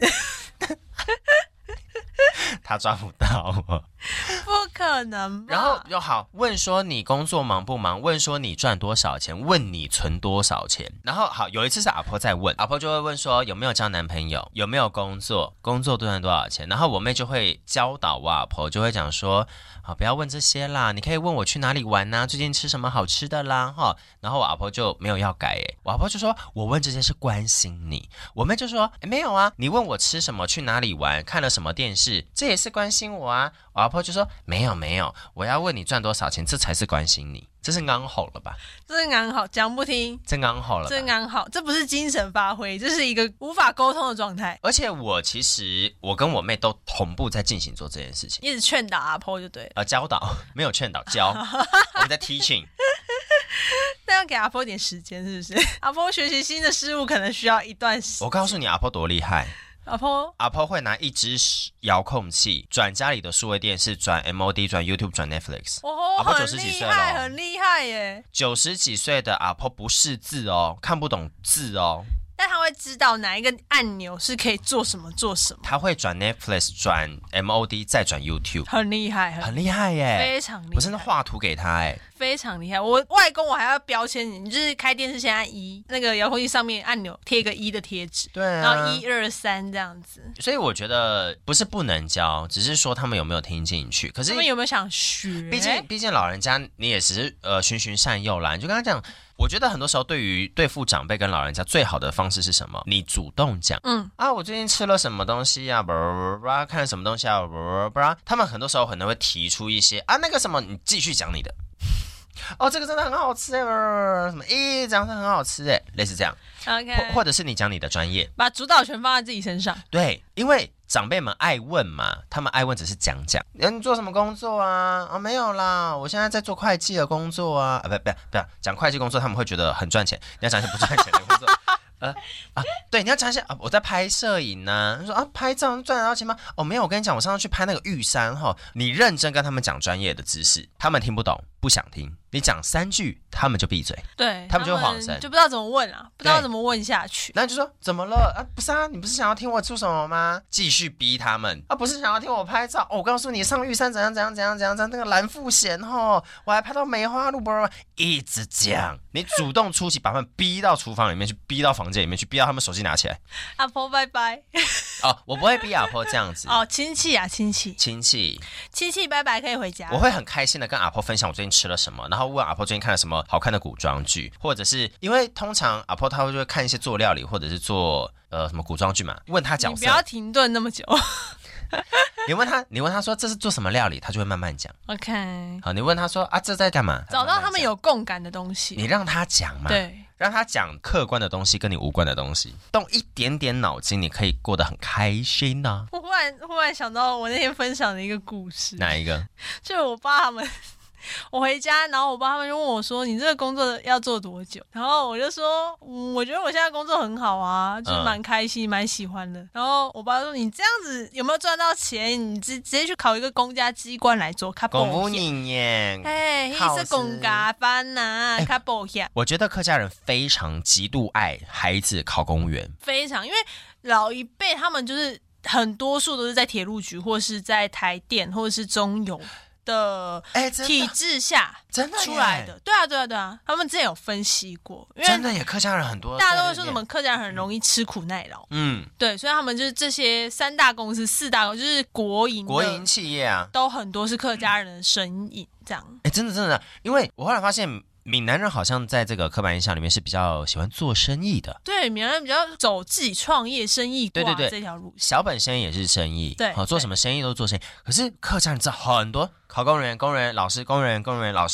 A: 他抓不到我，
B: 不可能吧。
A: 然后又好问说你工作忙不忙，问说你赚多少钱，问你存多少钱。然后好有一次是阿婆在问，阿婆就会问说有没有交男朋友，有没有工作，工作赚多少钱。然后我妹就会教导我阿婆，就会讲说好不要问这些啦，你可以问我去哪里玩啊，最近吃什么好吃的啦哈。然后我阿婆就没有要改耶，我阿婆就说我问这些是关心你。我妹就说没有啊，你问我吃什么，去哪里玩，看了什么电视，这也是关心我啊。我阿婆就说没有没有，我要问你赚多少钱，这才是关心你。这是刚好了吧？
B: 这是刚好，讲不听，
A: 这刚好了吧，
B: 这刚好，这不是精神发挥，这是一个无法沟通的状态。
A: 而且我其实我跟我妹都同步在进行做这件事情，
B: 一直劝导阿婆就对了，
A: 呃，教导没有劝导，教我们在 teaching。
B: 那要给阿婆一点时间，是不是？阿婆学习新的事物可能需要一段时间。
A: 我告诉你，阿婆多厉害。
B: 阿婆
A: 阿婆会拿一支遥控器转家里的数位电视，转 M O D， 转 YouTube， 转 Netflix。
B: 哦，
A: 阿婆九十几岁了，
B: 很厉害耶！
A: 九十几岁的阿婆不识字哦，看不懂字哦。
B: 但他会知道哪一个按钮是可以做什么做什么。
A: 他会转 Netflix， 转 M O D， 再转 YouTube，
B: 很厉害，
A: 很厉害耶，
B: 非常厉害。
A: 我真的画图给他哎，
B: 非常厉害。我外公我还要标签你，你就是开电视先按一，那个遥控器上面按钮贴一个一的贴纸，
A: 对啊，
B: 然后一二三这样子。
A: 所以我觉得不是不能教，只是说他们有没有听进去。可是
B: 他们有没有想学？
A: 毕竟毕竟老人家你也只是呃循循善诱啦，你就跟他讲。我觉得很多时候对于对付长辈跟老人家最好的方式是什么？你主动讲，嗯啊，我最近吃了什么东西啊，看了什么东西啊，他们很多时候可能会提出一些啊那个什么，你继续讲你的。哦，这个真的很好吃哎，什么咦，这样很好吃哎，类似这样。
B: OK，
A: 或, 或者是你讲你的专业，
B: 把主导权放在自己身上。
A: 对，因为长辈们爱问嘛，他们爱问只是讲讲。你做什么工作啊？啊，没有啦，我现在在做会计的工作啊。啊，不不不要讲会计工作，他们会觉得很赚钱。你要讲一些不赚钱的工作。呃啊，对，你要讲一下啊，我在拍摄影呢、啊。他说啊，拍照赚得到钱吗？哦，没有，我跟你讲，我上次去拍那个玉山哈。你认真跟他们讲专业的知识，他们听不懂，不想听。你讲三句，他们就闭嘴，
B: 对
A: 他们就会晃神，
B: 就不知道怎么问啊，不知道怎么问下去。
A: 那就说怎么了啊？不是啊，你不是想要听我做什么吗？继续逼他们啊！不是想要听我拍照哦？我告诉你，上玉山怎样怎样怎样怎样怎样，那个蓝富贤哦，我还拍到梅花鹿，一直讲。你主动出击，把他们逼到厨房里面去，逼到房间里面去，逼到他们手机拿起来。
B: 阿婆拜拜。
A: 哦，我不会逼阿婆这样子。
B: 哦，亲戚啊，亲戚，
A: 亲戚，
B: 亲戚拜拜可以回家。
A: 我会很开心的跟阿婆分享我最近吃了什么，然后问阿婆最近看了什么好看的古装剧，或者是因为通常阿婆她会就会看一些做料理或者是做呃什么古装剧嘛，问她角色。
B: 你不要停顿那么久。
A: 你问他，你问他说这是做什么料理，他就会慢慢讲。
B: OK，
A: 好，你问他说啊这在干嘛？
B: 找到他们有共感的东西，
A: 你让他讲嘛，
B: 对，
A: 让他讲客观的东西跟你无关的东西，动一点点脑筋，你可以过得很开心呢、啊。
B: 我忽然忽然想到我那天分享的一个故事，
A: 哪一个？
B: 就是我爸他们。我回家，然后我爸他们就问我说：“你这个工作要做多久？”然后我就说：“嗯，我觉得我现在工作很好啊，就是蛮开心、蛮、嗯、喜欢的。”然后我爸说：“你这样子有没有赚到钱？你直直接去考一个公家机关来做，卡保险。”公务人员，哎，他是公家班呐，卡保险。
A: 我觉得客家人非常极度爱孩子考公务员，
B: 非常，因为老一辈他们就是很多数都是在铁路局，或是在台电，或者是中油。的体制下
A: 真的
B: 出来的，对啊对啊对啊，他们之前有分析过，因为
A: 真的也客家人很多，
B: 大家都会说什么客家人很容易吃苦耐劳，嗯，对，所以他们就是这些三大公司、四大公司，就是国营
A: 国营企业啊，
B: 都很多是客家人的身影，这样。
A: 哎，真的真的，因为我后来发现。闽南人好像在这个刻板印象里面是比较喜欢做生意的，
B: 对，闽南人比较走自己创业生意挂对对对这条路，
A: 小本生意也是生意，
B: 对，
A: 好做什么生意都做生意。可是客家人知道很多考公务员、公务员、老师、公务员、公务员、老师，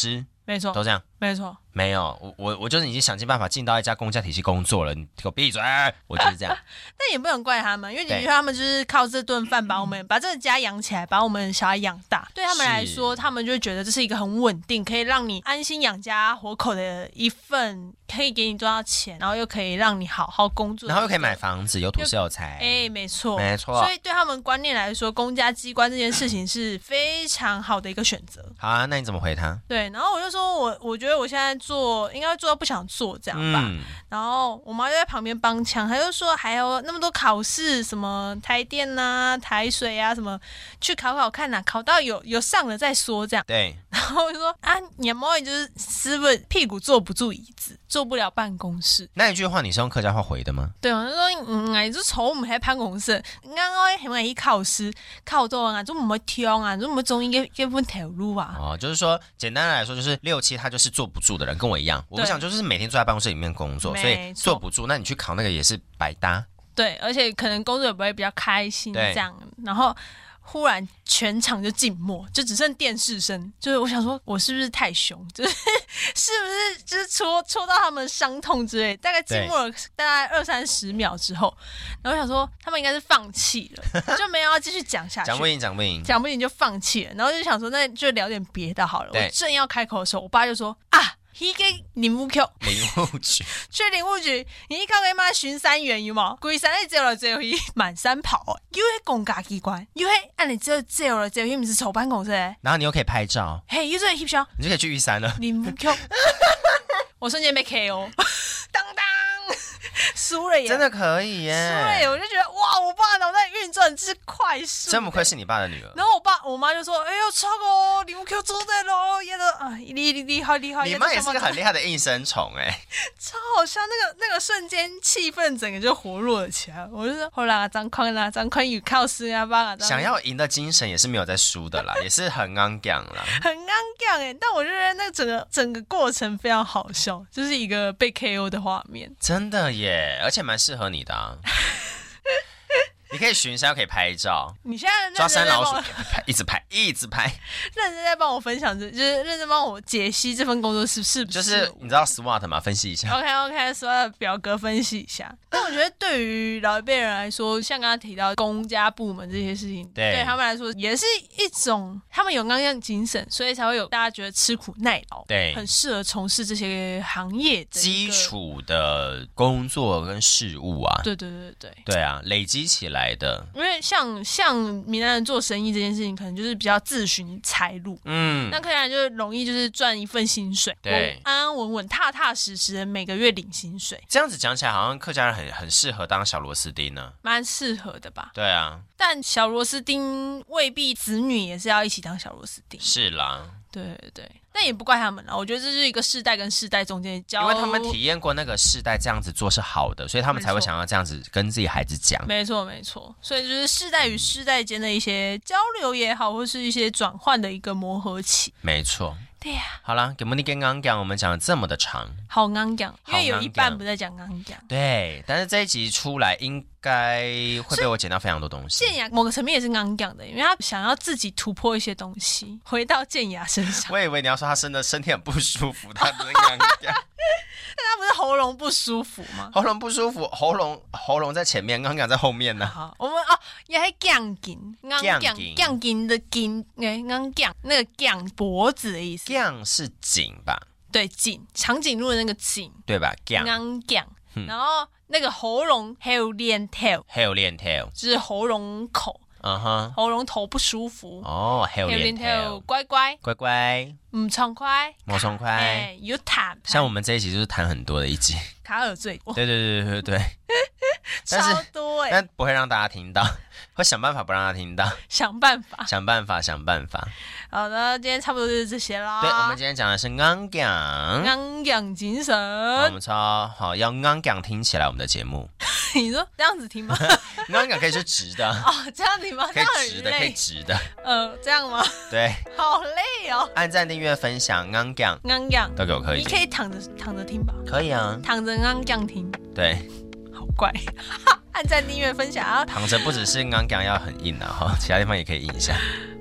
B: 没错，
A: 都这样。
B: 没错，
A: 没有，我我我就是已经想尽办法进到一家公家体系工作了，你给我闭嘴！我就是这样。
B: 但也不能怪他们，因为的确他们就是靠这顿饭把我们把这个家养起来，把我们小孩养大。对他们来说，他们就会觉得这是一个很稳定，可以让你安心养家活口的一份，可以给你赚到钱，然后又可以让你好好工作，
A: 然后又可以买房子，有土是有财。
B: 哎，没错，
A: 没错。
B: 所以对他们观念来说，公家机关这件事情是非常好的一个选择。
A: 好啊，那你怎么回他？
B: 对，然后我就说我我觉得我现在做应该会做到不想做这样吧。嗯、然后我妈就在旁边帮腔，她就说还有那么多考试，什么台电啊、台水啊，什么去考考看呐、啊，考到有有上了再说这样。
A: 对。
B: 然后我就说啊，你猫也就是师傅屁股坐不住椅子，做不了办公室。
A: 那一句话你是用客家话回的吗？
B: 对，我就说嗯，哎，就从我们喺办公室，啱啱係咪去考試考到啊，都唔會聽啊，都唔會中意嘅嘅份條路啊。
A: 哦，就是說簡單來說，就是六七他就是坐不住的人，跟我一樣。我不想就是每天坐在辦公室裡面工作，所以坐不住。那你去考那個也是白搭。
B: 對，而且可能工作也不會比較開心這樣，然後。忽然全場就靜默，就只剩電視聲。就是我想說，我是不是太兇？就是是不是就是戳戳到他們傷痛之類？大概靜默了大概二三十秒之後，然後我想說他們應該是放棄了，就沒有要繼續講下去。
A: 講不贏，講不贏，
B: 講不贏就放棄了。然後就想說，那就聊點別的好了。我正要開口的時候，我爸就說啊。迄個林務局，
A: 林務局
B: 去林務局，你一靠佢媽巡山員有冇？規山你走了走去滿山跑哦，因為公家機關，因為按你這走了走去，不是籌辦公室誒。
A: 然後你又可以拍照，
B: 嘿，又這翕相，
A: 你就可以去玉山了。
B: 林務局，我瞬間被 K O， 當當。輸了耶，
A: 真的可以耶！
B: 輸了耶，我就覺得哇，我爸腦袋運轉之快速，
A: 真不愧是你爸的女兒。
B: 然後我爸我媽就說：“哎呦，超哥，你們 Q 做對咯，也的啊，厲厲害厲害。”
A: 你媽也是個很厲害的應聲蟲哎，
B: 超好笑！那個那個瞬間氣氛整個就活絡了起來。我就說：“好啦，張寬啦，張寬與靠師啊，爸啊。”
A: 想要贏的精神也是沒有在輸的啦，也是很昂講啦，
B: 很昂講哎。但我覺得那整個整個過程非常好笑，就是一個被 K O 的畫面。
A: 真的耶，而且蠻適合你的啊。你可以巡山，又可以拍照。
B: 你現在
A: 抓山老鼠，一直拍，一直拍。
B: 認真在幫我分享，就是認真幫我解析這份工作是是不是？
A: 就是你知道 SWOT 嗎？分析一下。
B: OK OK，SWOT 表格分析一下。但我覺得對於老一輩人來說，像剛剛提到公家部門這些事情，對，對他們來說也是一種，他們有那樣精神，所以才會有大家覺得吃苦耐勞，
A: 對，
B: 很適合從事這些行業的
A: 基礎的工作跟事務啊。
B: 對對對對
A: 對啊，累積起來。來的，
B: 因為像像閩南人做生意這件事情，可能就是比較自尋財路，嗯，那客家人就容易就是賺一份薪水，
A: 對，
B: 安安穩穩、踏踏實實的每個月領薪水。
A: 這樣子講起來，好像客家人很很適合當小螺絲釘呢，
B: 蠻適合的吧？
A: 對啊，
B: 但小螺絲釘未必子女也是要一起當小螺絲釘，
A: 是啦。
B: 對對對，但也不怪他們啦，我覺得這是一個世代跟世代中間的交，
A: 因為他們體驗過那個世代這樣子做是好的，所以他們才會想要這樣子跟自己孩子講。
B: 沒錯沒錯，所以就是世代與世代間的一些交流也好，或是一些轉換的一個磨合期。
A: 沒錯。
B: 對呀、
A: 啊，好啦，給莫妮跟剛講，我們講了這麼的長，
B: 好剛講，因為有一半不在講剛講。
A: 對，但是這一集出來應該會被我剪到非常多東西。
B: 健雅某個層面也是剛講的，因為他想要自己突破一些東西，回到健雅身上。
A: 我以為你要說他真的身體很不舒服，他不是剛講。
B: 但他不是喉嚨不舒服嗎？
A: 喉嚨不舒服，喉嚨喉嚨在前面，剛講在後面呢。
B: 好，我們哦也係鋼筋，鋼筋鋼筋的筋，哎，鋼筋那個鋼脖子的意思。
A: 鋼是頸吧？
B: 對，頸長頸鹿的那個頸，
A: 對吧？鋼
B: 鋼，然後那個喉嚨還有鏈頭，
A: 還有鏈頭，
B: 就是喉嚨口。嗯哼，喉嚨頭不舒服
A: 哦，還有鏈頭，
B: 乖乖
A: 乖乖，
B: 唔暢快，
A: 冇暢快，
B: 哎，有痰。
A: 像我們這一集就是痰很多的一集，
B: 卡爾最多。
A: 對對對對對對，
B: 超多哎，
A: 但不會讓大家聽到，會想辦法不讓他聽到，
B: 想辦法，
A: 想辦法，想辦法。
B: 好的，今天差不多就是這些啦。
A: 對，我們今天講的是昂講，
B: 昂講精神。
A: 我們超好，要昂講聽起來我們的節目。
B: 你說這樣子聽嗎？
A: 昂講可以是直的
B: 哦，這樣聽嗎？
A: 可以直的，可以直的。
B: 呃，這樣嗎？
A: 對，
B: 好累哦。
A: 按讚、訂閱、分享，昂講，
B: 昂講
A: 都給我可以。
B: 你可以躺着躺着聽吧？
A: 可以啊，
B: 躺着昂講聽。
A: 對，
B: 好怪。按讚、訂閱、分享。
A: 躺着不只是昂講要很硬啊，哈，其他地方也可以硬一下。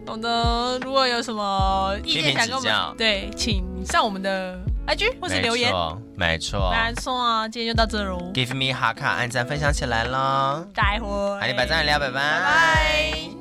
B: 懂得，如果有什么意见想跟我们，对，请上我们的 I G 或是留言。
A: 没错，
B: 没错啊，今天就到这喽。
A: Give me 哈卡，按赞分享起来咯。
B: 待会，
A: 海尼百赞聊，拜拜。
B: 拜拜。